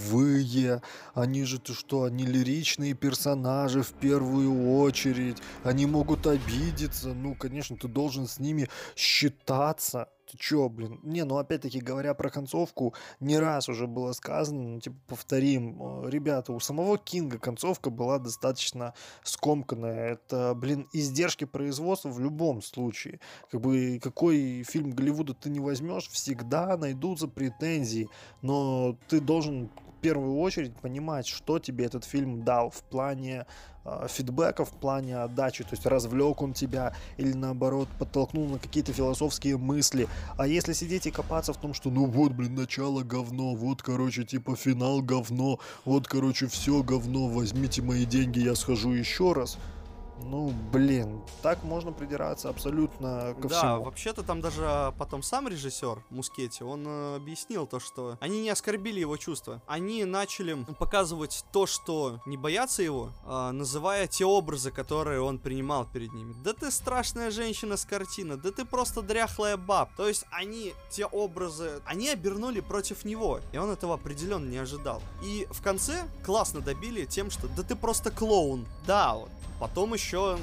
живые. Они же, ты что, они лиричные персонажи в первую очередь. Они могут обидеться. Ну, конечно, ты должен с ними считаться. Ты чё, блин? Не, ну опять-таки, говоря про концовку, не раз уже было сказано, ну, типа, повторим, ребята, у самого Кинга концовка была достаточно скомканная. Это, блин, издержки производства в любом случае. Как бы, какой фильм Голливуда ты не возьмешь, всегда найдутся претензии, но ты должен в первую очередь понимать, что тебе этот фильм дал в плане э, фидбэка, в плане отдачи, то есть развлек он тебя или наоборот подтолкнул на какие-то философские мысли. А если сидеть и копаться в том, что ну вот, блин, начало говно, вот, короче, типа финал говно, вот, короче, все говно, возьмите мои деньги, я схожу еще раз. Ну, блин, так можно придираться абсолютно ко да, всему. Да, вообще-то там даже потом сам режиссер Мускетти, он э, объяснил то, что они не оскорбили его чувства. Они начали показывать то, что не боятся его, э, называя те образы, которые он принимал перед ними. Да ты страшная женщина с картины, да ты просто дряхлая баб. То есть они, те образы, они обернули против него, и он этого определенно не ожидал. И в конце классно добили тем, что да ты просто клоун. Да, вот. Потом еще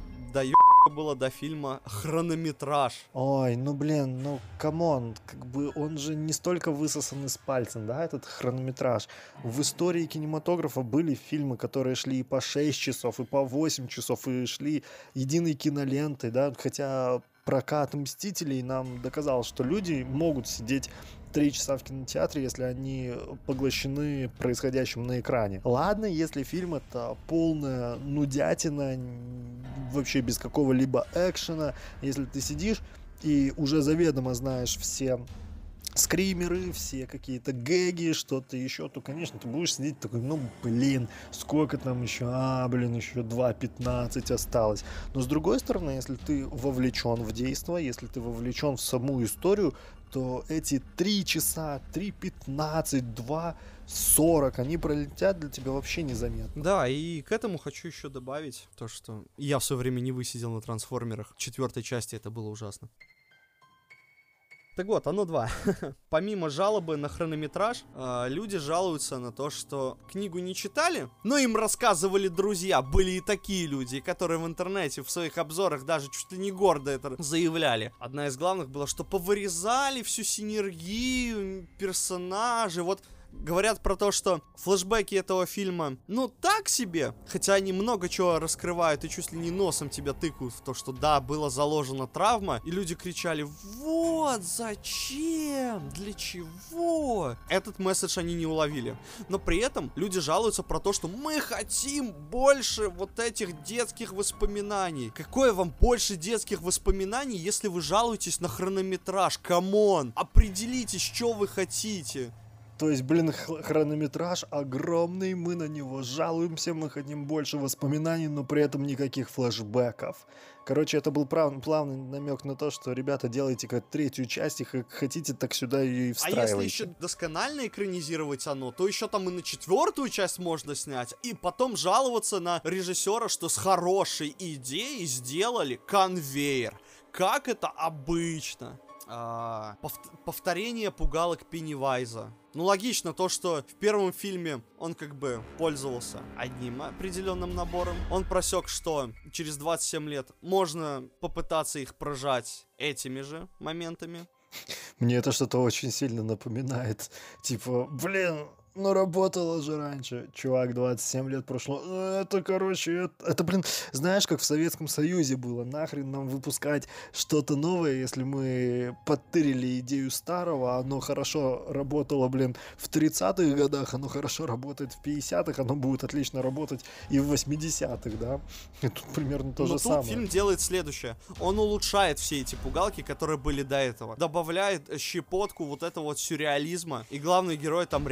доебка было до фильма «Хронометраж». Ой, ну блин, ну камон, как бы он же не столько высосан из пальца, да, этот «Хронометраж». В истории кинематографа были фильмы, которые шли и по шесть часов, и по восемь часов, и шли единой кинолентой, да, хотя прокат «Мстителей» нам доказал, что люди могут сидеть три часа в кинотеатре, если они поглощены происходящим на экране. Ладно, если фильм это полная нудятина, вообще без какого-либо экшена, если ты сидишь и уже заведомо знаешь все скримеры, все какие-то гэги, что-то еще, то, конечно, ты будешь сидеть такой, ну, блин, сколько там еще, а, блин, еще два пятнадцать осталось. Но, с другой стороны, если ты вовлечен в действие, если ты вовлечен в саму историю, то эти три часа, три пятнадцать, два сорок, они пролетят для тебя вообще незаметно. Да, и к этому хочу еще добавить то, что я в свое время не высидел на «Трансформерах». В четвертой части это было ужасно. Так вот, «Оно два». Помимо жалобы на хронометраж, э, люди жалуются на то, что книгу не читали, но им рассказывали друзья. Были и такие люди, которые в интернете в своих обзорах даже чуть ли не гордо это заявляли. Одна из главных была, что повырезали всю синергию персонажей. Вот говорят про то, что флешбеки этого фильма, ну, так себе, хотя они много чего раскрывают и чуть ли не носом тебя тыкают в то, что да, была заложена травма, и люди кричали, вот, зачем, для чего? Этот месседж они не уловили. Но при этом люди жалуются про то, что мы хотим больше вот этих детских воспоминаний. Какое вам больше детских воспоминаний, если вы жалуетесь на хронометраж? Камон, определитесь, что вы хотите. То есть, блин, хронометраж огромный, мы на него жалуемся, мы хотим больше воспоминаний, но при этом никаких флешбеков. Короче, это был прав, плавный намек на то, что, ребята, делайте как третью часть, и как хотите, так сюда ее и встраивайте. А если еще досконально экранизировать оно, то еще там и на четвертую часть можно снять, и потом жаловаться на режиссера, что с хорошей идеей сделали конвейер. Как это обычно. А, повт- повторение пугалок Пеннивайза. Ну, логично то, что в первом фильме он как бы пользовался одним определенным набором. Он просек, что через двадцать семь лет можно попытаться их прожать этими же моментами. Мне это что-то очень сильно напоминает. Типа, блин, ну работало же раньше. Чувак, двадцать семь лет прошло. Это, короче, это, это, блин, знаешь, как в Советском Союзе было. Нахрен нам выпускать что-то новое, если мы подтырили идею старого, оно хорошо работало, блин, в тридцатых годах, оно хорошо работает в пятидесятых, оно будет отлично работать и в восьмидесятых, да? И тут примерно то Но же тут самое. Фильм делает следующее. Он улучшает все эти пугалки, которые были до этого. Добавляет щепотку вот этого вот сюрреализма. И главный герой там реально охреневает.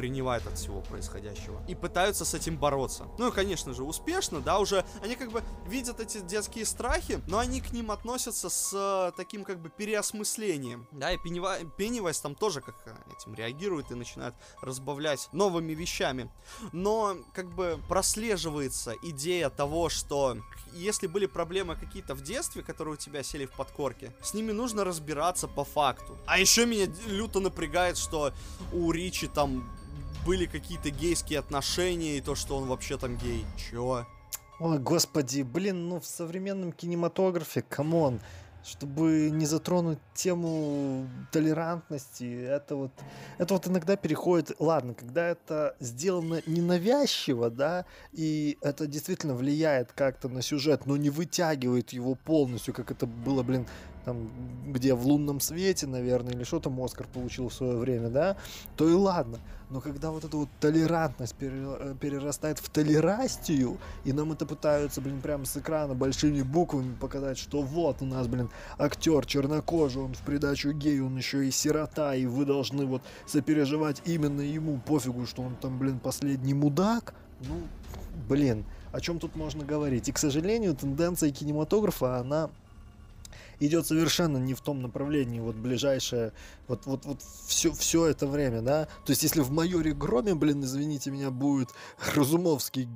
охреневают от всего происходящего. И пытаются с этим бороться. Ну и, конечно же, успешно, да, уже они как бы видят эти детские страхи, но они к ним относятся с э, таким как бы переосмыслением. Да, и Пеннива... Пеннивайз там тоже как этим реагирует и начинает разбавлять новыми вещами. Но как бы прослеживается идея того, что если были проблемы какие-то в детстве, которые у тебя сели в подкорке, с ними нужно разбираться по факту. А еще меня люто напрягает, что у Ричи там были какие-то гейские отношения, и то, что он вообще там гей. Чё? Ой, господи, блин, ну в современном кинематографе, камон, чтобы не затронуть тему толерантности, это вот, это вот иногда переходит, ладно, когда это сделано ненавязчиво, да, и это действительно влияет как-то на сюжет, но не вытягивает его полностью, как это было, блин, там, где в «Лунном свете», наверное, или что там Оскар получил в свое время, да, то и ладно. Но когда вот эта вот толерантность перерастает в толерастию, и нам это пытаются, блин, прямо с экрана большими буквами показать, что вот у нас, блин, актер чернокожий, он в придачу гей, он еще и сирота, и вы должны вот сопереживать именно ему, пофигу, что он там, блин, последний мудак, ну, блин, о чем тут можно говорить? И, к сожалению, тенденция кинематографа, она идет совершенно не в том направлении, вот ближайшее, вот, вот, вот все, все это время, да, то есть если в «Майоре Громе», блин, извините меня, будет Разумовский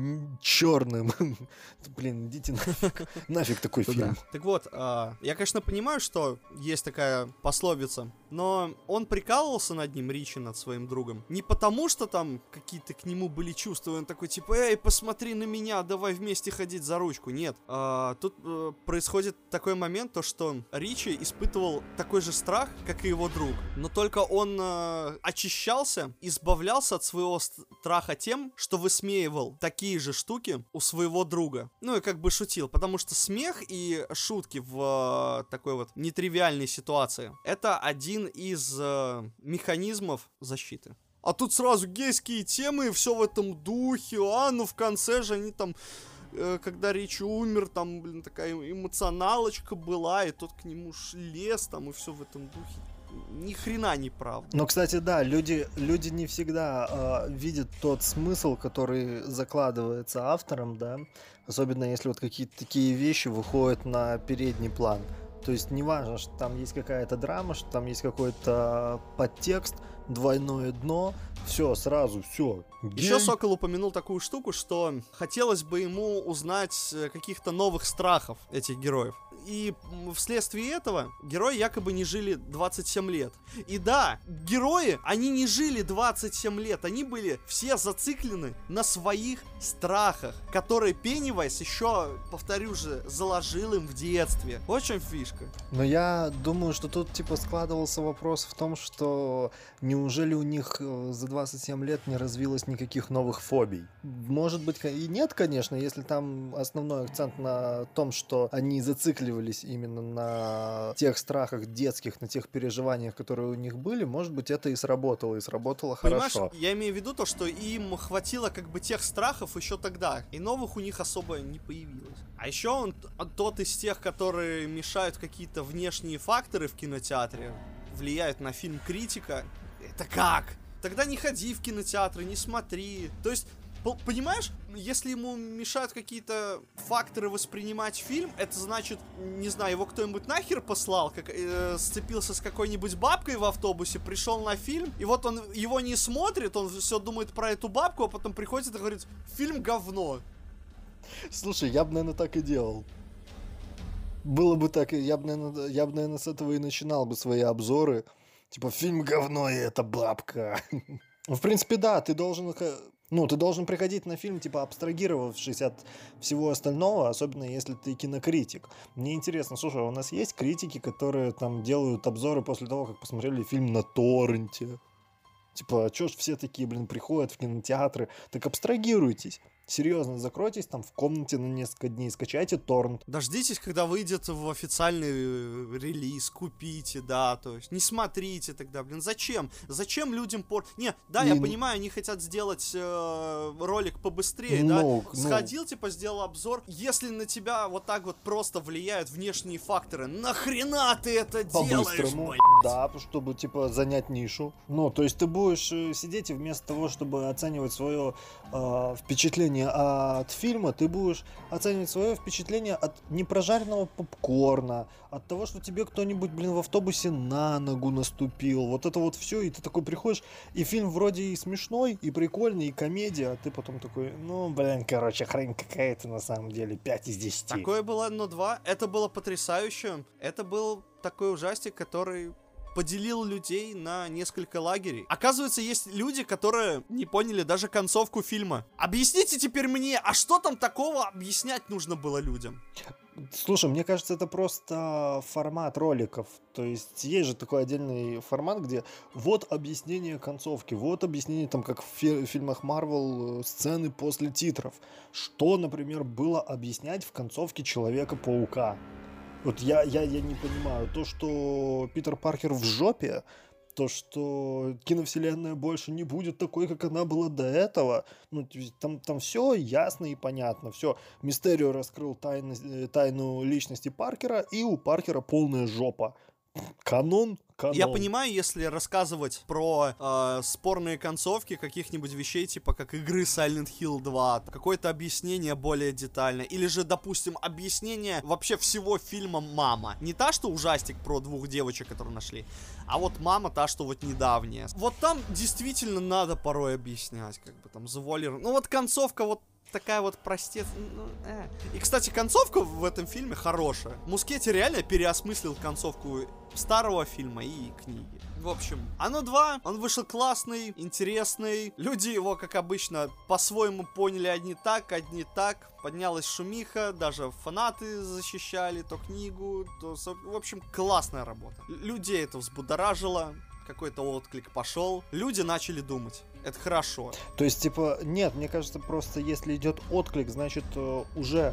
черным, блин, идите нафиг, нафиг такой фильм. Так вот, я, конечно, понимаю, что есть такая пословица, но он прикалывался над ним, Ричи, над своим другом, не потому, что там какие-то к нему были чувства, он такой, типа, эй, посмотри на меня, давай вместе ходить за ручку, нет. Тут происходит такой момент, то, что Ричи испытывал такой же страх, как и его друг, но только он очищался, избавлялся от своего страха тем, что высмеивал такие такие же штуки у своего друга. Ну и как бы шутил, потому что смех и шутки в э, такой вот нетривиальной ситуации — это один из э, механизмов защиты. А тут сразу гейские темы и все в этом духе, а ну в конце же они там, э, когда Ричи умер, там, блин, такая эмоционалочка была, и тот к нему лез, там, и все в этом духе. Ни хрена не правда. Но, кстати, да, люди, люди не всегда э, видят тот смысл, который закладывается автором, да, особенно если вот какие-то такие вещи выходят на передний план. То есть неважно, что там есть какая-то драма, что там есть какой-то подтекст, двойное дно, все, сразу, все. Еще Сокол упомянул такую штуку, что хотелось бы ему узнать каких-то новых страхов этих героев. И вследствие этого герои якобы не жили двадцать семь лет. И да, герои, они не жили двадцать семь лет, они были все зациклены на своих страхах, которые Пеннивайз еще, повторю же, заложил им в детстве. Вот в чем фишка. Но я думаю, что тут типа складывался вопрос в том, что неужели у них за двадцать семь лет не развилось никаких новых фобий? Может быть и нет, конечно, если там основной акцент на том, что они зацикливались именно на тех страхах детских, на тех переживаниях, которые у них были, может быть, это и сработало, и сработало Понимаешь, хорошо. Я имею в виду то, что им хватило как бы тех страхов еще тогда, и новых у них особо не появилось. А еще он тот из тех, которые мешают какие-то внешние факторы в кинотеатре, влияют на фильм критика. Это как? Тогда не ходи в кинотеатры, не смотри. То есть, понимаешь, если ему мешают какие-то факторы воспринимать фильм, это значит, не знаю, его кто-нибудь нахер послал, как, э, сцепился с какой-нибудь бабкой в автобусе, пришел на фильм, и вот он его не смотрит, он все думает про эту бабку, а потом приходит и говорит, фильм говно. Слушай, я бы, наверное, так и делал. Было бы так, я бы, наверное, я бы, наверное, с этого и начинал бы свои обзоры. Типа, фильм говно, и это бабка. В принципе, да, ты должен... Ну, ты должен приходить на фильм, типа, абстрагировавшись от всего остального, особенно если ты кинокритик. Мне интересно, слушай, у нас есть критики, которые там делают обзоры после того, как посмотрели фильм на торренте? Типа, а чё ж все такие, блин, приходят в кинотеатры? Так абстрагируйтесь. Серьезно, закройтесь там в комнате на несколько дней, скачайте торрент. Дождитесь, когда выйдет в официальный релиз, купите, да, то есть не смотрите тогда, блин, зачем? Зачем людям пор... Не, да, я И... понимаю, они хотят сделать э, ролик побыстрее, no, да, no. сходил, типа, сделал обзор, если на тебя вот так вот просто влияют внешние факторы, нахрена ты это делаешь, блядь? Да, чтобы, типа, занять нишу. Ну, то есть ты будешь сидеть и вместо того, чтобы оценивать свое э, впечатление от фильма, ты будешь оценивать свое впечатление от непрожаренного попкорна, от того, что тебе кто-нибудь, блин, в автобусе на ногу наступил. Вот это вот все, и ты такой приходишь, и фильм вроде и смешной, и прикольный, и комедия, а ты потом такой, ну, блин, короче, хрень какая-то на самом деле, пять из десяти. Такое было одно два, это было потрясающе, это был такой ужастик, который... поделил людей на несколько лагерей. Оказывается, есть люди, которые не поняли даже концовку фильма. Объясните теперь мне, а что там такого объяснять нужно было людям? Слушай, мне кажется, это просто формат роликов. То есть есть же такой отдельный формат, где вот объяснение концовки, вот объяснение, там, как в фи- фильмах Marvel, сцены после титров. Что, например, было объяснять в концовке Человека-паука? Вот я, я, я не понимаю. То, что Питер Паркер в жопе, то, что киновселенная больше не будет такой, как она была до этого, ну, там, там все ясно и понятно. Все, Мистерио раскрыл тайны, тайну личности Паркера, и у Паркера полная жопа. Канон, канон. Я понимаю, если рассказывать про э, спорные концовки каких-нибудь вещей, типа как игры Silent Hill два, какое-то объяснение более детальное, или же, допустим, объяснение вообще всего фильма «Мама». Не та, что ужастик про двух девочек, которые нашли, а вот «Мама» та, что вот недавняя. Вот там действительно надо порой объяснять, как бы там завуалировано. Ну вот концовка вот такая вот простец... Ну, э. И, кстати, концовка в этом фильме хорошая. Мускетти реально переосмыслил концовку старого фильма и книги. В общем, оно два, он вышел классный, интересный. Люди его, как обычно, по-своему поняли одни так, одни так. Поднялась шумиха, даже фанаты защищали то книгу, то... В общем, классная работа. Людей это взбудоражило. Какой-то отклик пошел. Люди начали думать. Это хорошо. То есть, типа, нет, мне кажется, просто если идет отклик, значит, уже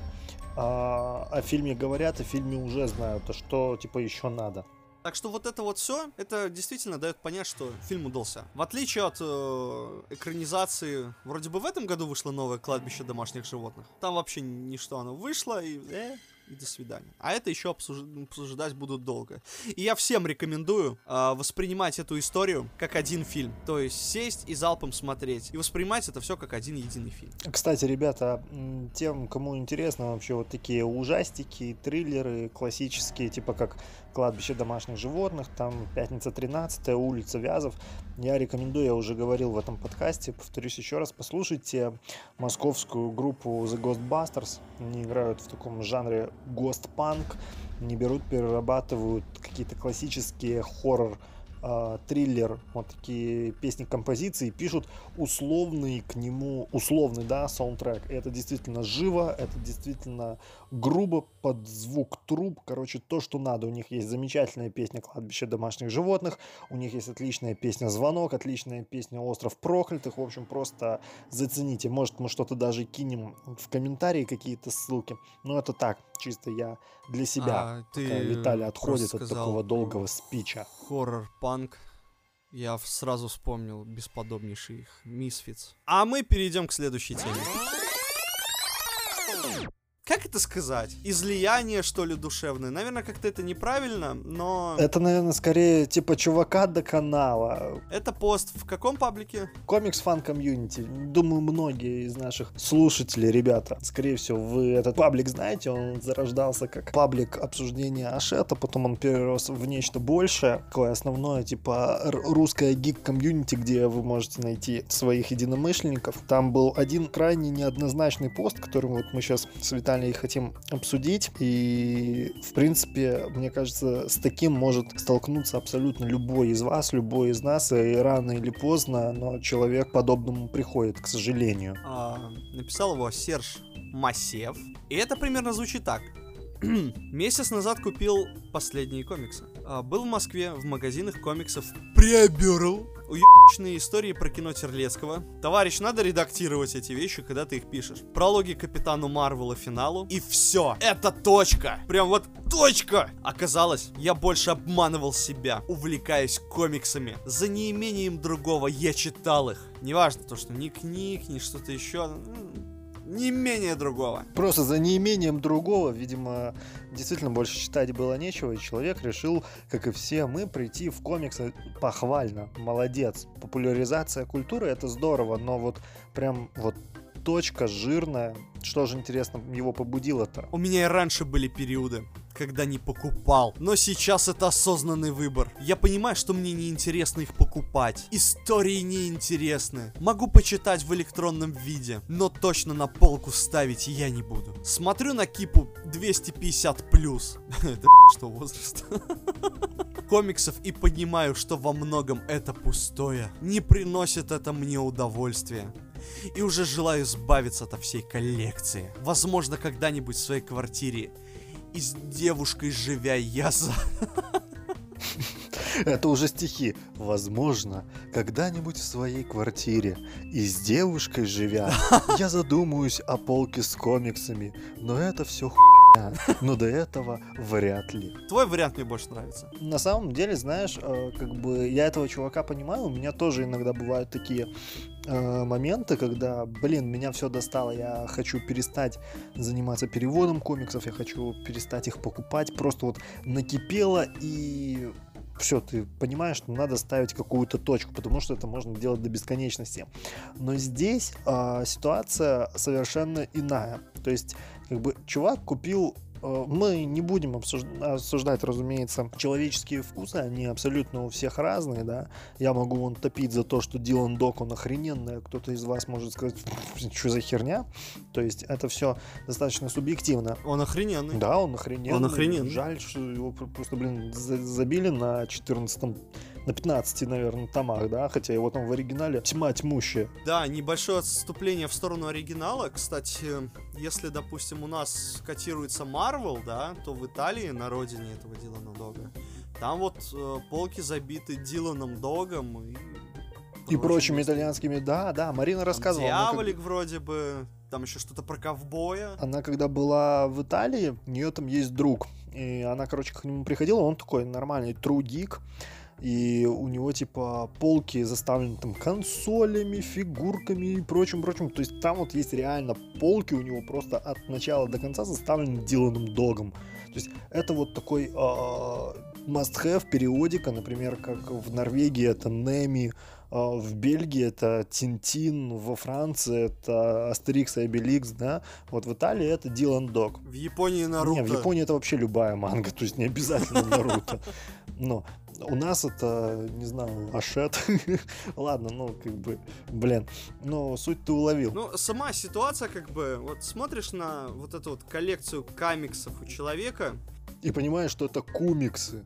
а, о фильме говорят, о фильме уже знают, а что, типа, еще надо. Так что вот это вот все, это действительно дает понять, что фильм удался. В отличие от э, экранизации, вроде бы в этом году вышло новое «Кладбище домашних животных». Там вообще ничто, оно вышло и... Э, и до свидания. А это еще обсуж- обсуждать будут долго. И я всем рекомендую э, воспринимать эту историю как один фильм. То есть сесть и залпом смотреть. И воспринимать это все как один единый фильм. Кстати, ребята, тем, кому интересно вообще вот такие ужастики, триллеры классические, типа как «Кладбище домашних животных», там «Пятница тринадцатая», «Улица Вязов», я рекомендую, я уже говорил в этом подкасте, повторюсь еще раз, послушайте московскую группу The Ghostbusters. Они играют в таком жанре гостпанк, не берут, перерабатывают какие-то классические хоррор, э, триллер, вот такие песни-композиции, пишут условный к нему, условный, да, саундтрек. И это действительно живо, это действительно грубо, под звук труб, короче, то, что надо. У них есть замечательная песня «Кладбище домашних животных», у них есть отличная песня «Звонок», отличная песня «Остров проклятых», в общем, просто зацените. Может, мы что-то даже кинем в комментарии, какие-то ссылки, но это так, чисто я для себя, а, пока Виталий отходит от такого долгого про спича. Хоррор-панк. Я сразу вспомнил бесподобнейший их Misfits. А мы перейдем к следующей теме. Как это сказать? Излияние, что ли, душевное? Наверное, как-то это неправильно, но... Это, наверное, скорее типа чувака до канала. Это пост в каком паблике? Комикс Фан Комьюнити. Думаю, многие из наших слушателей, ребята, скорее всего, вы этот паблик знаете. Он зарождался как паблик обсуждения Ашета, потом он перерос в нечто большее. Такое основное, типа русское гик-комьюнити, где вы можете найти своих единомышленников. Там был один крайне неоднозначный пост, который вот мы сейчас с Виталием и хотим обсудить. И, в принципе, мне кажется, с таким может столкнуться абсолютно любой из вас, любой из нас, и рано или поздно, но человек к подобному приходит, к сожалению. А, написал его Серж Масев. И это примерно звучит так. Месяц назад купил последние комиксы. А, был в Москве в магазинах комиксов. Приобрел. Уеб... уебищные истории про кино Терлецкого. Товарищ, надо редактировать эти вещи, когда ты их пишешь. Прологи Капитану Марвела финалу. И все. Это точка. Прям вот точка. Оказалось, я больше обманывал себя, увлекаясь комиксами. За неимением другого я читал их. Неважно то, что ни книг, ни что-то еще. Не менее другого. Просто за неимением другого, видимо, действительно больше читать было нечего, и человек решил, как и все мы, прийти в комиксы. Похвально, молодец. Популяризация культуры — это здорово, но вот прям вот точка жирная. Что же, интересно, его побудило-то? У меня и раньше были периоды, когда не покупал. Но сейчас это осознанный выбор. Я понимаю, что мне неинтересно их покупать. Истории неинтересны. Могу почитать в электронном виде, но точно на полку ставить я не буду. Смотрю на кипу двести пятьдесят плюс. Это что, возраст? Комиксов и понимаю, что во многом это пустое. Не приносит это мне удовольствия. И уже желаю избавиться от всей коллекции. Возможно, когда-нибудь в своей квартире и с девушкой живя я за... Это уже стихи. Возможно, когда-нибудь в своей квартире и с девушкой живя, я задумаюсь о полке с комиксами, но это все хуйня. Но до этого вряд ли. Твой вариант мне больше нравится. На самом деле, знаешь, э, как бы я этого чувака понимаю, у меня тоже иногда бывают такие э, моменты, когда, блин, меня все достало, я хочу перестать заниматься переводом комиксов, я хочу перестать их покупать, просто вот накипело, и все, ты понимаешь, что надо ставить какую-то точку, потому что это можно делать до бесконечности. Но здесь э, ситуация совершенно иная. То есть, как бы, чувак купил... Э, мы не будем обсуждать, осуждать, разумеется, человеческие вкусы, они абсолютно у всех разные, да. Я могу вон топить за то, что Дилан Док, он охрененный, а кто-то из вас может сказать, что за херня. То есть, это все достаточно субъективно. Он охрененный. Да, он охрененный. Он охрененный. Жаль, что его просто, блин, забили на четырнадцатом, на пятнадцати, наверное, томах, да, хотя его там в оригинале тьма тьмущая. Да, небольшое отступление в сторону оригинала. Кстати, если, допустим, у нас котируется Marvel, да, то в Италии, на родине этого Дилана Дога, там вот э, полки забиты Диланом Догом и... И прочими итальянскими, да, да, Марина рассказывала. Дьяволик как... вроде бы, там еще что-то про ковбоя. Она когда была в Италии, у нее там есть друг, и она, короче, к нему приходила, он такой нормальный true geek, и у него, типа, полки заставлены там консолями, фигурками и прочим-прочим. То есть там вот есть реально полки у него просто от начала до конца заставлены Диланом Догом. То есть это вот такой must-have периодика, например, как в Норвегии это Неми, в Бельгии это Тинтин, во Франции это Астерикс и Обеликс, да. Вот в Италии это Дилан Дог. В Японии Наруто. Не, в Японии это вообще любая манга, то есть не обязательно Наруто. Но у нас это, не знаю, Ашет. Ладно, ну, как бы, блин. Но суть ты уловил. Ну, сама ситуация, как бы, вот смотришь на вот эту вот коллекцию комиксов у человека. И понимаешь, что это комиксы.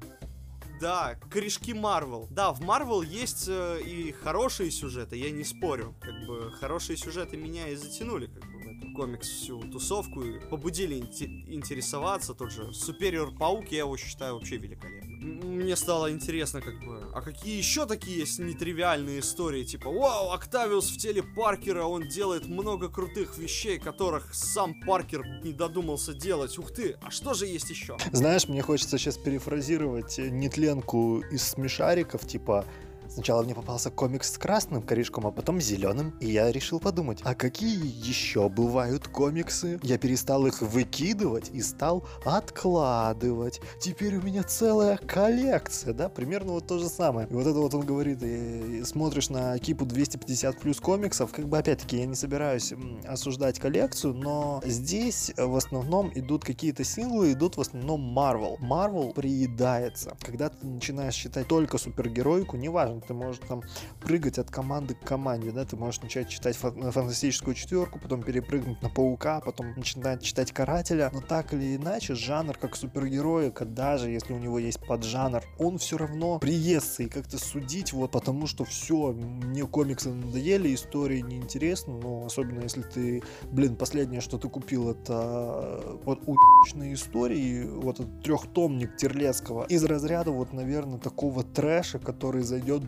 Да, корешки Marvel. Да, в Marvel есть э, и хорошие сюжеты, я не спорю. Как бы, хорошие сюжеты меня и затянули, как бы, в эту комикс всю тусовку. И побудили инте- интересоваться. Тот же Superior Паук, я его считаю вообще великолепным. Мне стало интересно, как бы, а какие еще такие есть нетривиальные истории, типа, вау, Октавиус в теле Паркера, он делает много крутых вещей, которых сам Паркер не додумался делать. Ух ты, а что же есть еще? Знаешь, мне хочется сейчас перефразировать нетленку из смешариков, типа... Сначала мне попался комикс с красным корешком, а потом зеленым, и я решил подумать, а какие еще бывают комиксы? Я перестал их выкидывать и стал откладывать. Теперь у меня целая коллекция, да, примерно вот то же самое. И вот это вот он говорит, и, и смотришь на кипу двести пятьдесят плюс комиксов, как бы опять-таки я не собираюсь осуждать коллекцию, но здесь в основном идут какие-то синглы, идут в основном Marvel. Marvel приедается. Когда ты начинаешь читать только супергероику, неважно, ты можешь там прыгать от команды к команде, да, ты можешь начать читать фа- фантастическую четверку, потом перепрыгнуть на Паука, потом начинать читать Карателя, но так или иначе, жанр как супергероика, даже если у него есть поджанр, он все равно приестся, и как-то судить вот потому, что все, мне комиксы надоели, истории неинтересны, но особенно если ты, блин, последнее, что ты купил, это вот уебищные истории, вот этот трехтомник Терлецкого, из разряда вот, наверное, такого трэша, который зайдет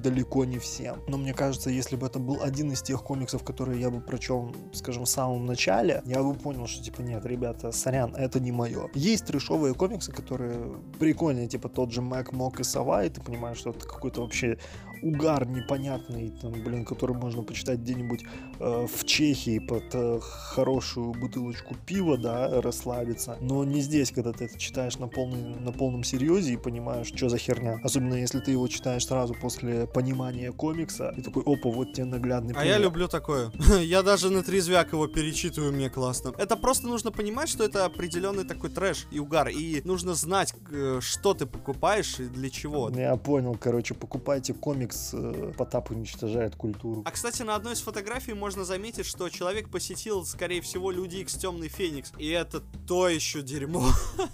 далеко не всем. Но мне кажется, если бы это был один из тех комиксов, которые я бы прочел, скажем, в самом начале, я бы понял, что типа нет, ребята, сорян, это не мое. Есть трэшовые комиксы, которые прикольные, типа тот же Мэг, Мок и Сова, и ты понимаешь, что это какой-то вообще угар непонятный, там, блин, который можно почитать где-нибудь э, в Чехии под э, хорошую бутылочку пива, да, расслабиться. Но не здесь, когда ты это читаешь на, полный, на полном серьезе и понимаешь, что за херня. Особенно если ты его читаешь сразу после понимания комикса, и такой, опа, вот тебе наглядный пример. А я люблю такое. Я даже на трезвяк его перечитываю, мне классно. Это просто нужно понимать, что это определенный такой трэш и угар, и нужно знать, что ты покупаешь и для чего. Я понял, короче, покупайте комикс «Потап уничтожает культуру». А, кстати, на одной из фотографий можно заметить, что человек посетил, скорее всего, Люди Икс Темный Феникс. И это то еще дерьмо.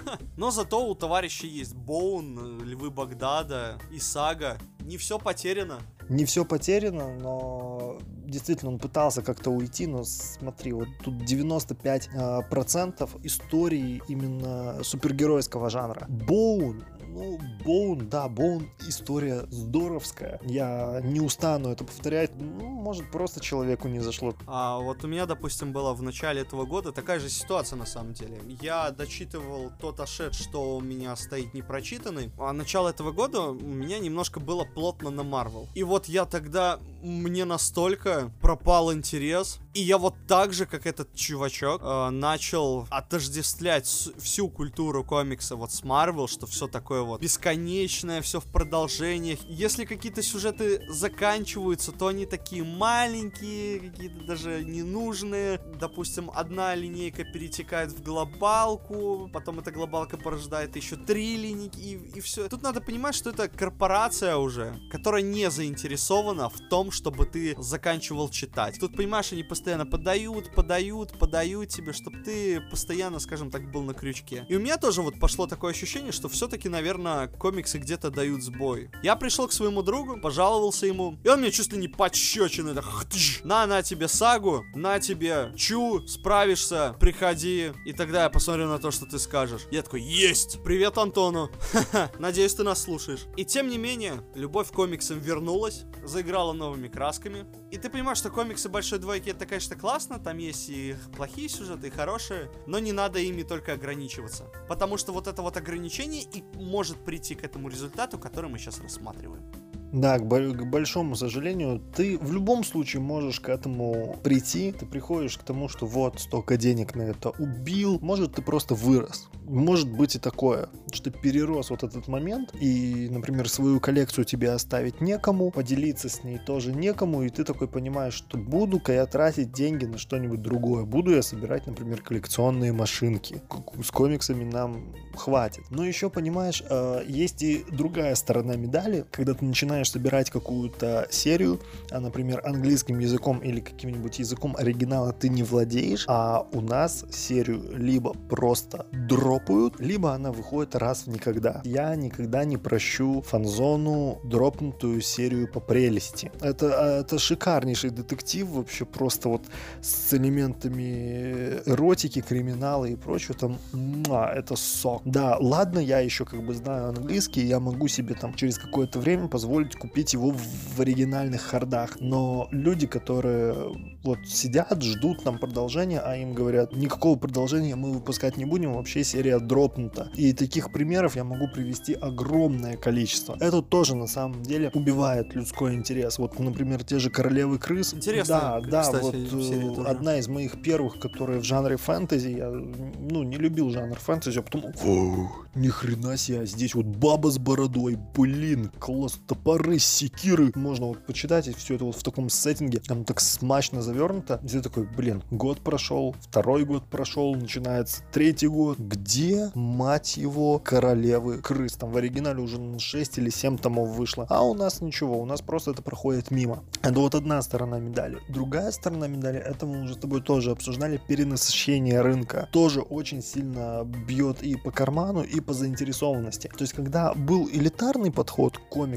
Но зато у товарища есть Боун, Львы Багдада и Сага. Не все потеряно. Не все потеряно, но действительно он пытался как-то уйти, но смотри, вот тут девяносто пять процентов истории именно супергеройского жанра. Боун, ну, Боун, да, Боун история здоровская. Я не устану это повторять. Ну, может, просто человеку не зашло. А вот у меня, допустим, была в начале этого года такая же ситуация на самом деле. Я дочитывал тот Ашет, что у меня стоит непрочитанный. А начало этого года у меня немножко было плотно на Марвел. И вот я тогда, мне настолько пропал интерес. И я вот так же, как этот чувачок, э, начал отождествлять всю культуру комикса вот с Марвел, что все такое вот бесконечное, все в продолжениях. Если какие-то сюжеты заканчиваются, то они такие маленькие, какие-то даже ненужные. Допустим, одна линейка перетекает в глобалку, потом эта глобалка порождает еще три линейки, и, и все. Тут надо понимать, что это корпорация уже, которая не заинтересована в том, чтобы ты заканчивал читать. Тут, понимаешь, они постоянно подают, подают, подают тебе, чтобы ты постоянно, скажем так, был на крючке. И у меня тоже вот пошло такое ощущение, что все-таки, наверное, комиксы где-то дают сбой. Я пришел к своему другу, пожаловался ему, и он мне чуть ли не пощечины, так, на, на тебе Сагу, на тебе Чу, справишься, приходи. И тогда я посмотрю на то, что ты скажешь. Я такой, есть! Привет Антону! Надеюсь, ты нас слушаешь. И тем не менее, любовь к комиксам вернулась, заиграла новыми красками. И ты понимаешь, что комиксы большой двойки — это, конечно, классно, там есть и плохие сюжеты, и хорошие, но не надо ими только ограничиваться. Потому что вот это вот ограничение и может прийти к этому результату, который мы сейчас рассматриваем. Да, к, бо- к большому сожалению, ты в любом случае можешь к этому прийти. Ты приходишь к тому, что вот столько денег на это убил. Может, ты просто вырос. Может быть и такое, что ты перерос вот этот момент, и, например, свою коллекцию тебе оставить некому, поделиться с ней тоже некому, и ты такой понимаешь, что буду-ка я тратить деньги на что-нибудь другое. Буду я собирать, например, коллекционные машинки. С комиксами нам хватит. Но еще, понимаешь, есть и другая сторона медали, когда ты начинаешь собирать какую-то серию, а, например, английским языком или каким-нибудь языком оригинала ты не владеешь, а у нас серию либо просто дропают, либо она выходит раз в никогда. Я никогда не прощу фанзону дропнутую серию по прелести. Это, это шикарнейший детектив, вообще просто вот с элементами эротики, криминала и прочего, там, муа, это сок. Да, ладно, я еще как бы знаю английский, я могу себе там через какое-то время позволить купить его в оригинальных хардах, но люди, которые вот сидят, ждут там продолжения, а им говорят, никакого продолжения мы выпускать не будем, вообще серия дропнута. И таких примеров я могу привести огромное количество. Это тоже на самом деле убивает людской интерес. Вот, например, те же «Королевы крыс». Интересно, да, кстати, да, вот одна из моих первых, которые в жанре фэнтези, я, ну, не любил жанр фэнтези, а потом, о, ни хрена себе, здесь вот баба с бородой, блин, класс, топоры, секиры, можно вот почитать, и все это вот в таком сеттинге, там так смачно завернуто, и ты такой, блин, год прошел, второй год прошел, начинается третий год, где, мать его, «Королевы крыс», там в оригинале уже шесть или семь томов вышло, а у нас ничего, у нас просто это проходит мимо. Это вот одна сторона медали. Другая сторона медали, это мы уже с тобой тоже обсуждали, перенасыщение рынка, тоже очень сильно бьет и по карману, и по заинтересованности. То есть, когда был элитарный подход к комиксам, и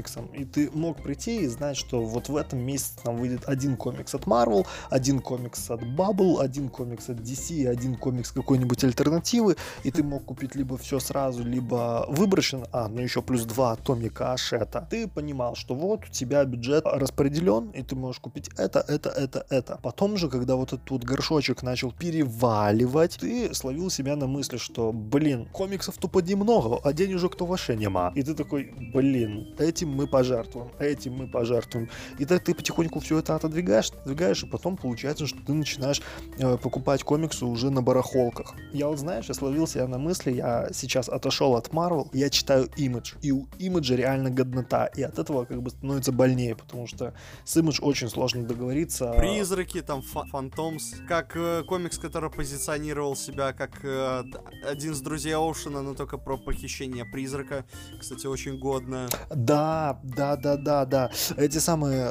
ты мог прийти и знать, что вот в этом месяце там выйдет один комикс от Marvel, один комикс от Bubble, один комикс от ди си, один комикс какой-нибудь альтернативы, и ты мог купить либо все сразу, либо выборочно, а, ну еще плюс два томика Ашета. Ты понимал, что вот у тебя бюджет распределен, и ты можешь купить это, это, это, это. Потом же, когда вот этот вот горшочек начал переваливать, ты словил себя на мысли, что, блин, комиксов тупо немного, а денежек-то вообще нема. И ты такой, блин, этим мы пожертвуем, этим мы пожертвуем. И так ты потихоньку все это отодвигаешь, отодвигаешь, и потом получается, что ты начинаешь э, покупать комиксы уже на барахолках. Я вот, знаешь, я словил себя на мысли, я сейчас отошел от Marvel, я читаю Image, и у Image реально годнота, и от этого как бы становится больнее, потому что с Image очень сложно договориться. Призраки, там, Фантомс, как э, комикс, который позиционировал себя как э, один из друзей Оушена, но только про похищение призрака, кстати, очень годно. Да, да, да, да, да. Эти самые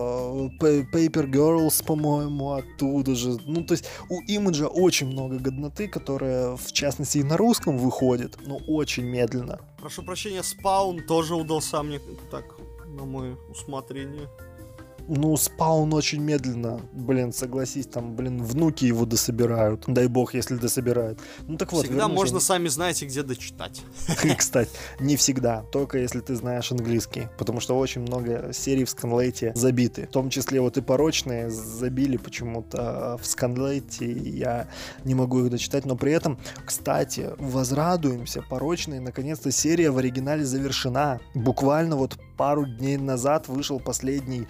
э, Paper Girls, по-моему, оттуда же. Ну, то есть у Имиджа очень много годноты, которая, в частности, и на русском выходит, но очень медленно. Прошу прощения, Спаун тоже удался мне так, на мое усмотрение. Ну, Спаун очень медленно, блин, согласись, там, блин, внуки его дособирают, дай бог, если дособирают. Ну, так вот. Всегда можно, я... сами знаете, где дочитать. Кстати, не всегда, только если ты знаешь английский, потому что очень много серий в Сканлейте забиты, в том числе вот и порочные забили почему-то в Сканлейте, я не могу их дочитать, но при этом, кстати, возрадуемся, порочные, наконец-то серия в оригинале завершена, буквально вот пару дней назад вышел последний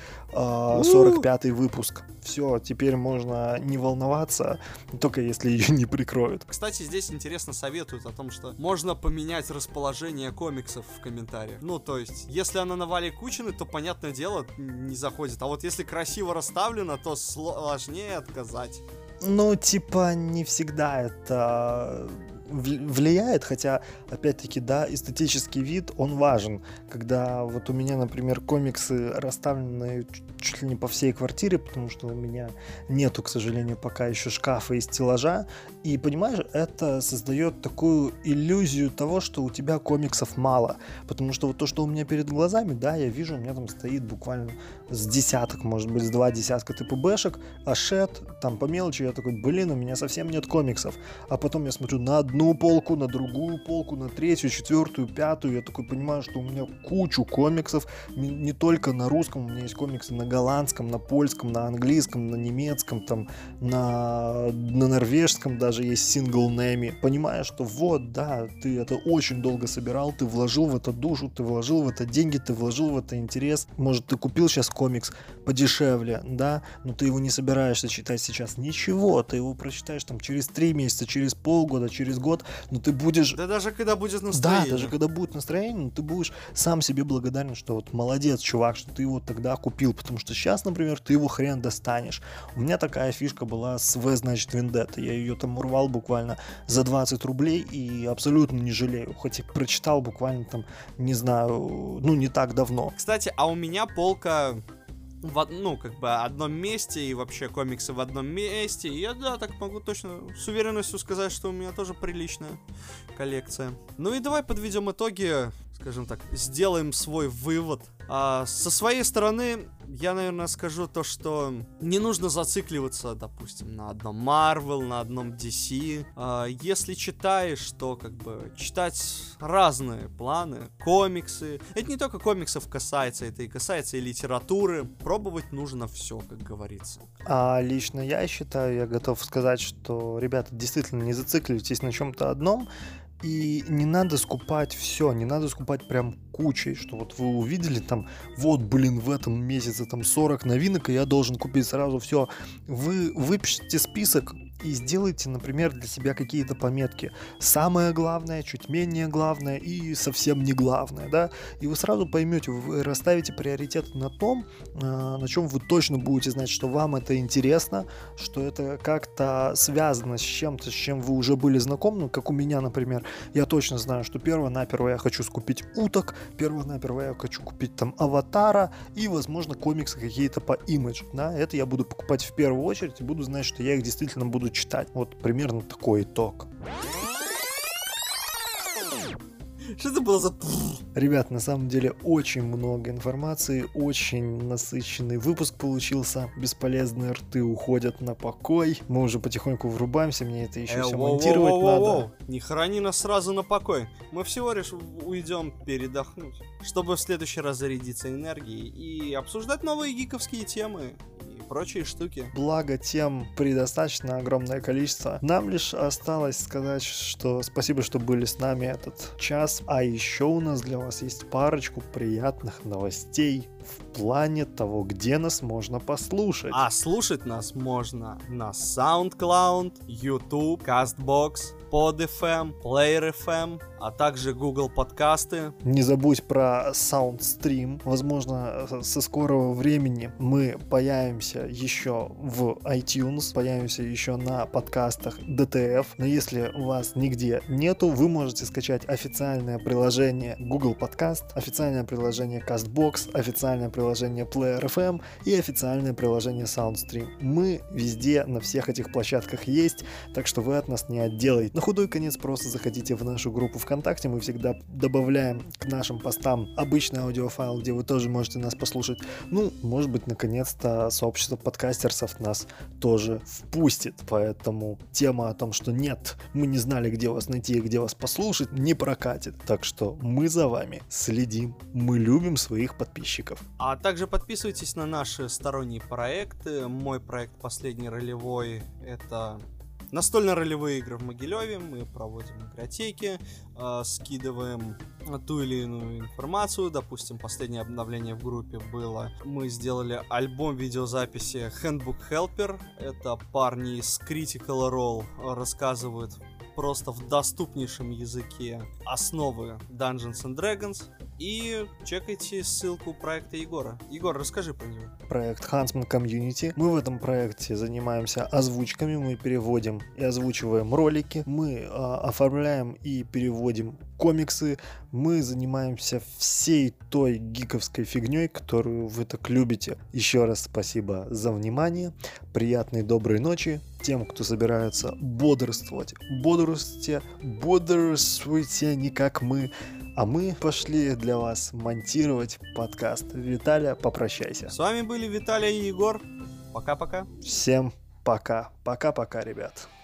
сорок пятый выпуск. Все, теперь можно не волноваться, только если ее не прикроют. Кстати, здесь интересно советуют о том, что можно поменять расположение комиксов в комментариях. Ну, то есть, если она на Вале Кучиной, то, понятное дело, не заходит. А вот если красиво расставлено, то сложнее отказать. Ну, типа, не всегда это влияет, хотя, опять-таки, да, эстетический вид, он важен. Когда вот у меня, например, комиксы расставлены чуть ли не по всей квартире, потому что у меня нету, к сожалению, пока еще шкафа и стеллажа, и, понимаешь, это создает такую иллюзию того, что у тебя комиксов мало, потому что вот то, что у меня перед глазами, да, я вижу, у меня там стоит буквально с десяток, может быть, с два десятка ТПБшек, Ашет, там по мелочи, я такой, блин, у меня совсем нет комиксов, а потом я смотрю на одну одну полку, на другую полку, на третью, четвертую, пятую. Я такой понимаю, что у меня кучу комиксов, не, не только на русском, у меня есть комиксы на голландском, на польском, на английском, на немецком, там, на, на норвежском даже есть сингл Неми. Понимаешь, что вот, да, ты это очень долго собирал, ты вложил в это душу, ты вложил в это деньги, ты вложил в это интерес. Может, ты купил сейчас комикс подешевле, да, но ты его не собираешься читать сейчас. Ничего, ты его прочитаешь там через три месяца, через полгода, через год, но ты будешь... Да даже когда будет настроение. Да, даже когда будет настроение, но ты будешь сам себе благодарен, что вот молодец, чувак, что ты его тогда купил, потому что сейчас, например, ты его хрен достанешь. У меня такая фишка была с В, значит, Вендетта. Я ее там урвал буквально за двадцать рублей и абсолютно не жалею, хоть и прочитал буквально там, не знаю, ну не так давно. Кстати, а у меня полка... В, ну, как бы, одном месте, и вообще комиксы в одном месте. И я, да, так могу точно с уверенностью сказать, что у меня тоже приличная коллекция. Ну и давай подведем итоги, скажем так, сделаем свой вывод. А, со своей стороны, я, наверное, скажу то, что не нужно зацикливаться, допустим, на одном Marvel, на одном ди си. А, если читаешь, то, как бы, читать разные планы, комиксы. Это не только комиксов касается, это и касается и литературы. Пробовать нужно все, как говорится. А лично я считаю, я готов сказать, что, ребята, действительно не зацикливайтесь на чем-то одном. И не надо скупать все, не надо скупать прям кучей, что вот вы увидели там, вот, блин, в этом месяце там сорок новинок, и я должен купить сразу все. Вы выпишите список и сделайте, например, для себя какие-то пометки. Самое главное, чуть менее главное и совсем не главное, да. И вы сразу поймете, вы расставите приоритет на том, на чем вы точно будете знать, что вам это интересно, что это как-то связано с чем-то, с чем вы уже были знакомы, как у меня, например. Я точно знаю, что перво-наперво я хочу скупить уток, перво-наперво я хочу купить там Аватара и, возможно, комиксы какие-то по Image, да, это я буду покупать в первую очередь и буду знать, что я их действительно буду читать. Вот примерно такой итог. Что это было за... Ребят, на самом деле очень много информации, очень насыщенный выпуск получился. Бесполезные рты уходят на покой. Мы уже потихоньку врубаемся, мне это еще Э, все воу, монтировать воу, воу, надо. воу. Не храни нас сразу на покой. Мы всего лишь уйдем передохнуть, чтобы в следующий раз зарядиться энергией и обсуждать новые гиковские темы и прочие штуки. Благо тем предостаточно огромное количество. Нам лишь осталось сказать, что спасибо, что были с нами этот час. А еще у нас для вас есть парочку приятных новостей в плане того, где нас можно послушать. А слушать нас можно на SoundCloud, YouTube, CastBox, Pod эф эм, Player эф эм, а также Google подкасты. Не забудь про SoundStream. Возможно, со скорого времени мы появимся еще в iTunes, появимся еще на подкастах ди ти эф. Но если у вас нигде нету, вы можете скачать официальное приложение Google Podcast, официальное приложение CastBox, официальное приложение Player эф эм и официальное приложение SoundStream. Мы везде, на всех этих площадках есть, так что вы от нас не отделаете. На худой конец просто заходите в нашу группу ВКонтакте, мы всегда добавляем к нашим постам обычный аудиофайл, где вы тоже можете нас послушать. Ну, может быть, наконец-то сообщество подкастерсов нас тоже впустит, поэтому тема о том, что нет, мы не знали, где вас найти и где вас послушать, не прокатит. Так что мы за вами следим, мы любим своих подписчиков. А также подписывайтесь на наши сторонние проекты. Мой проект «Последний ролевой» — это настольно-ролевые игры в Могилеве. Мы проводим игротеки, э, скидываем ту или иную информацию. Допустим, последнее обновление в группе было. Мы сделали альбом видеозаписи Handbook Helper. Это парни из Critical Role рассказывают просто в доступнейшем языке основы Dungeons and Dragons. И чекайте ссылку проекта Егора. Егор, расскажи про него. Проект Huntsman Community. Мы в этом проекте занимаемся озвучками, мы переводим и озвучиваем ролики, мы а, оформляем и переводим комиксы, мы занимаемся всей той гиковской фигней, которую вы так любите. Еще раз спасибо за внимание, приятной доброй ночи тем, кто собирается бодрствовать. Бодрствуйте, бодрствуйте не как мы. А мы пошли для вас монтировать подкаст. Виталя, попрощайся. С вами были Виталий и Егор. Пока-пока. Всем пока. Пока-пока, ребят.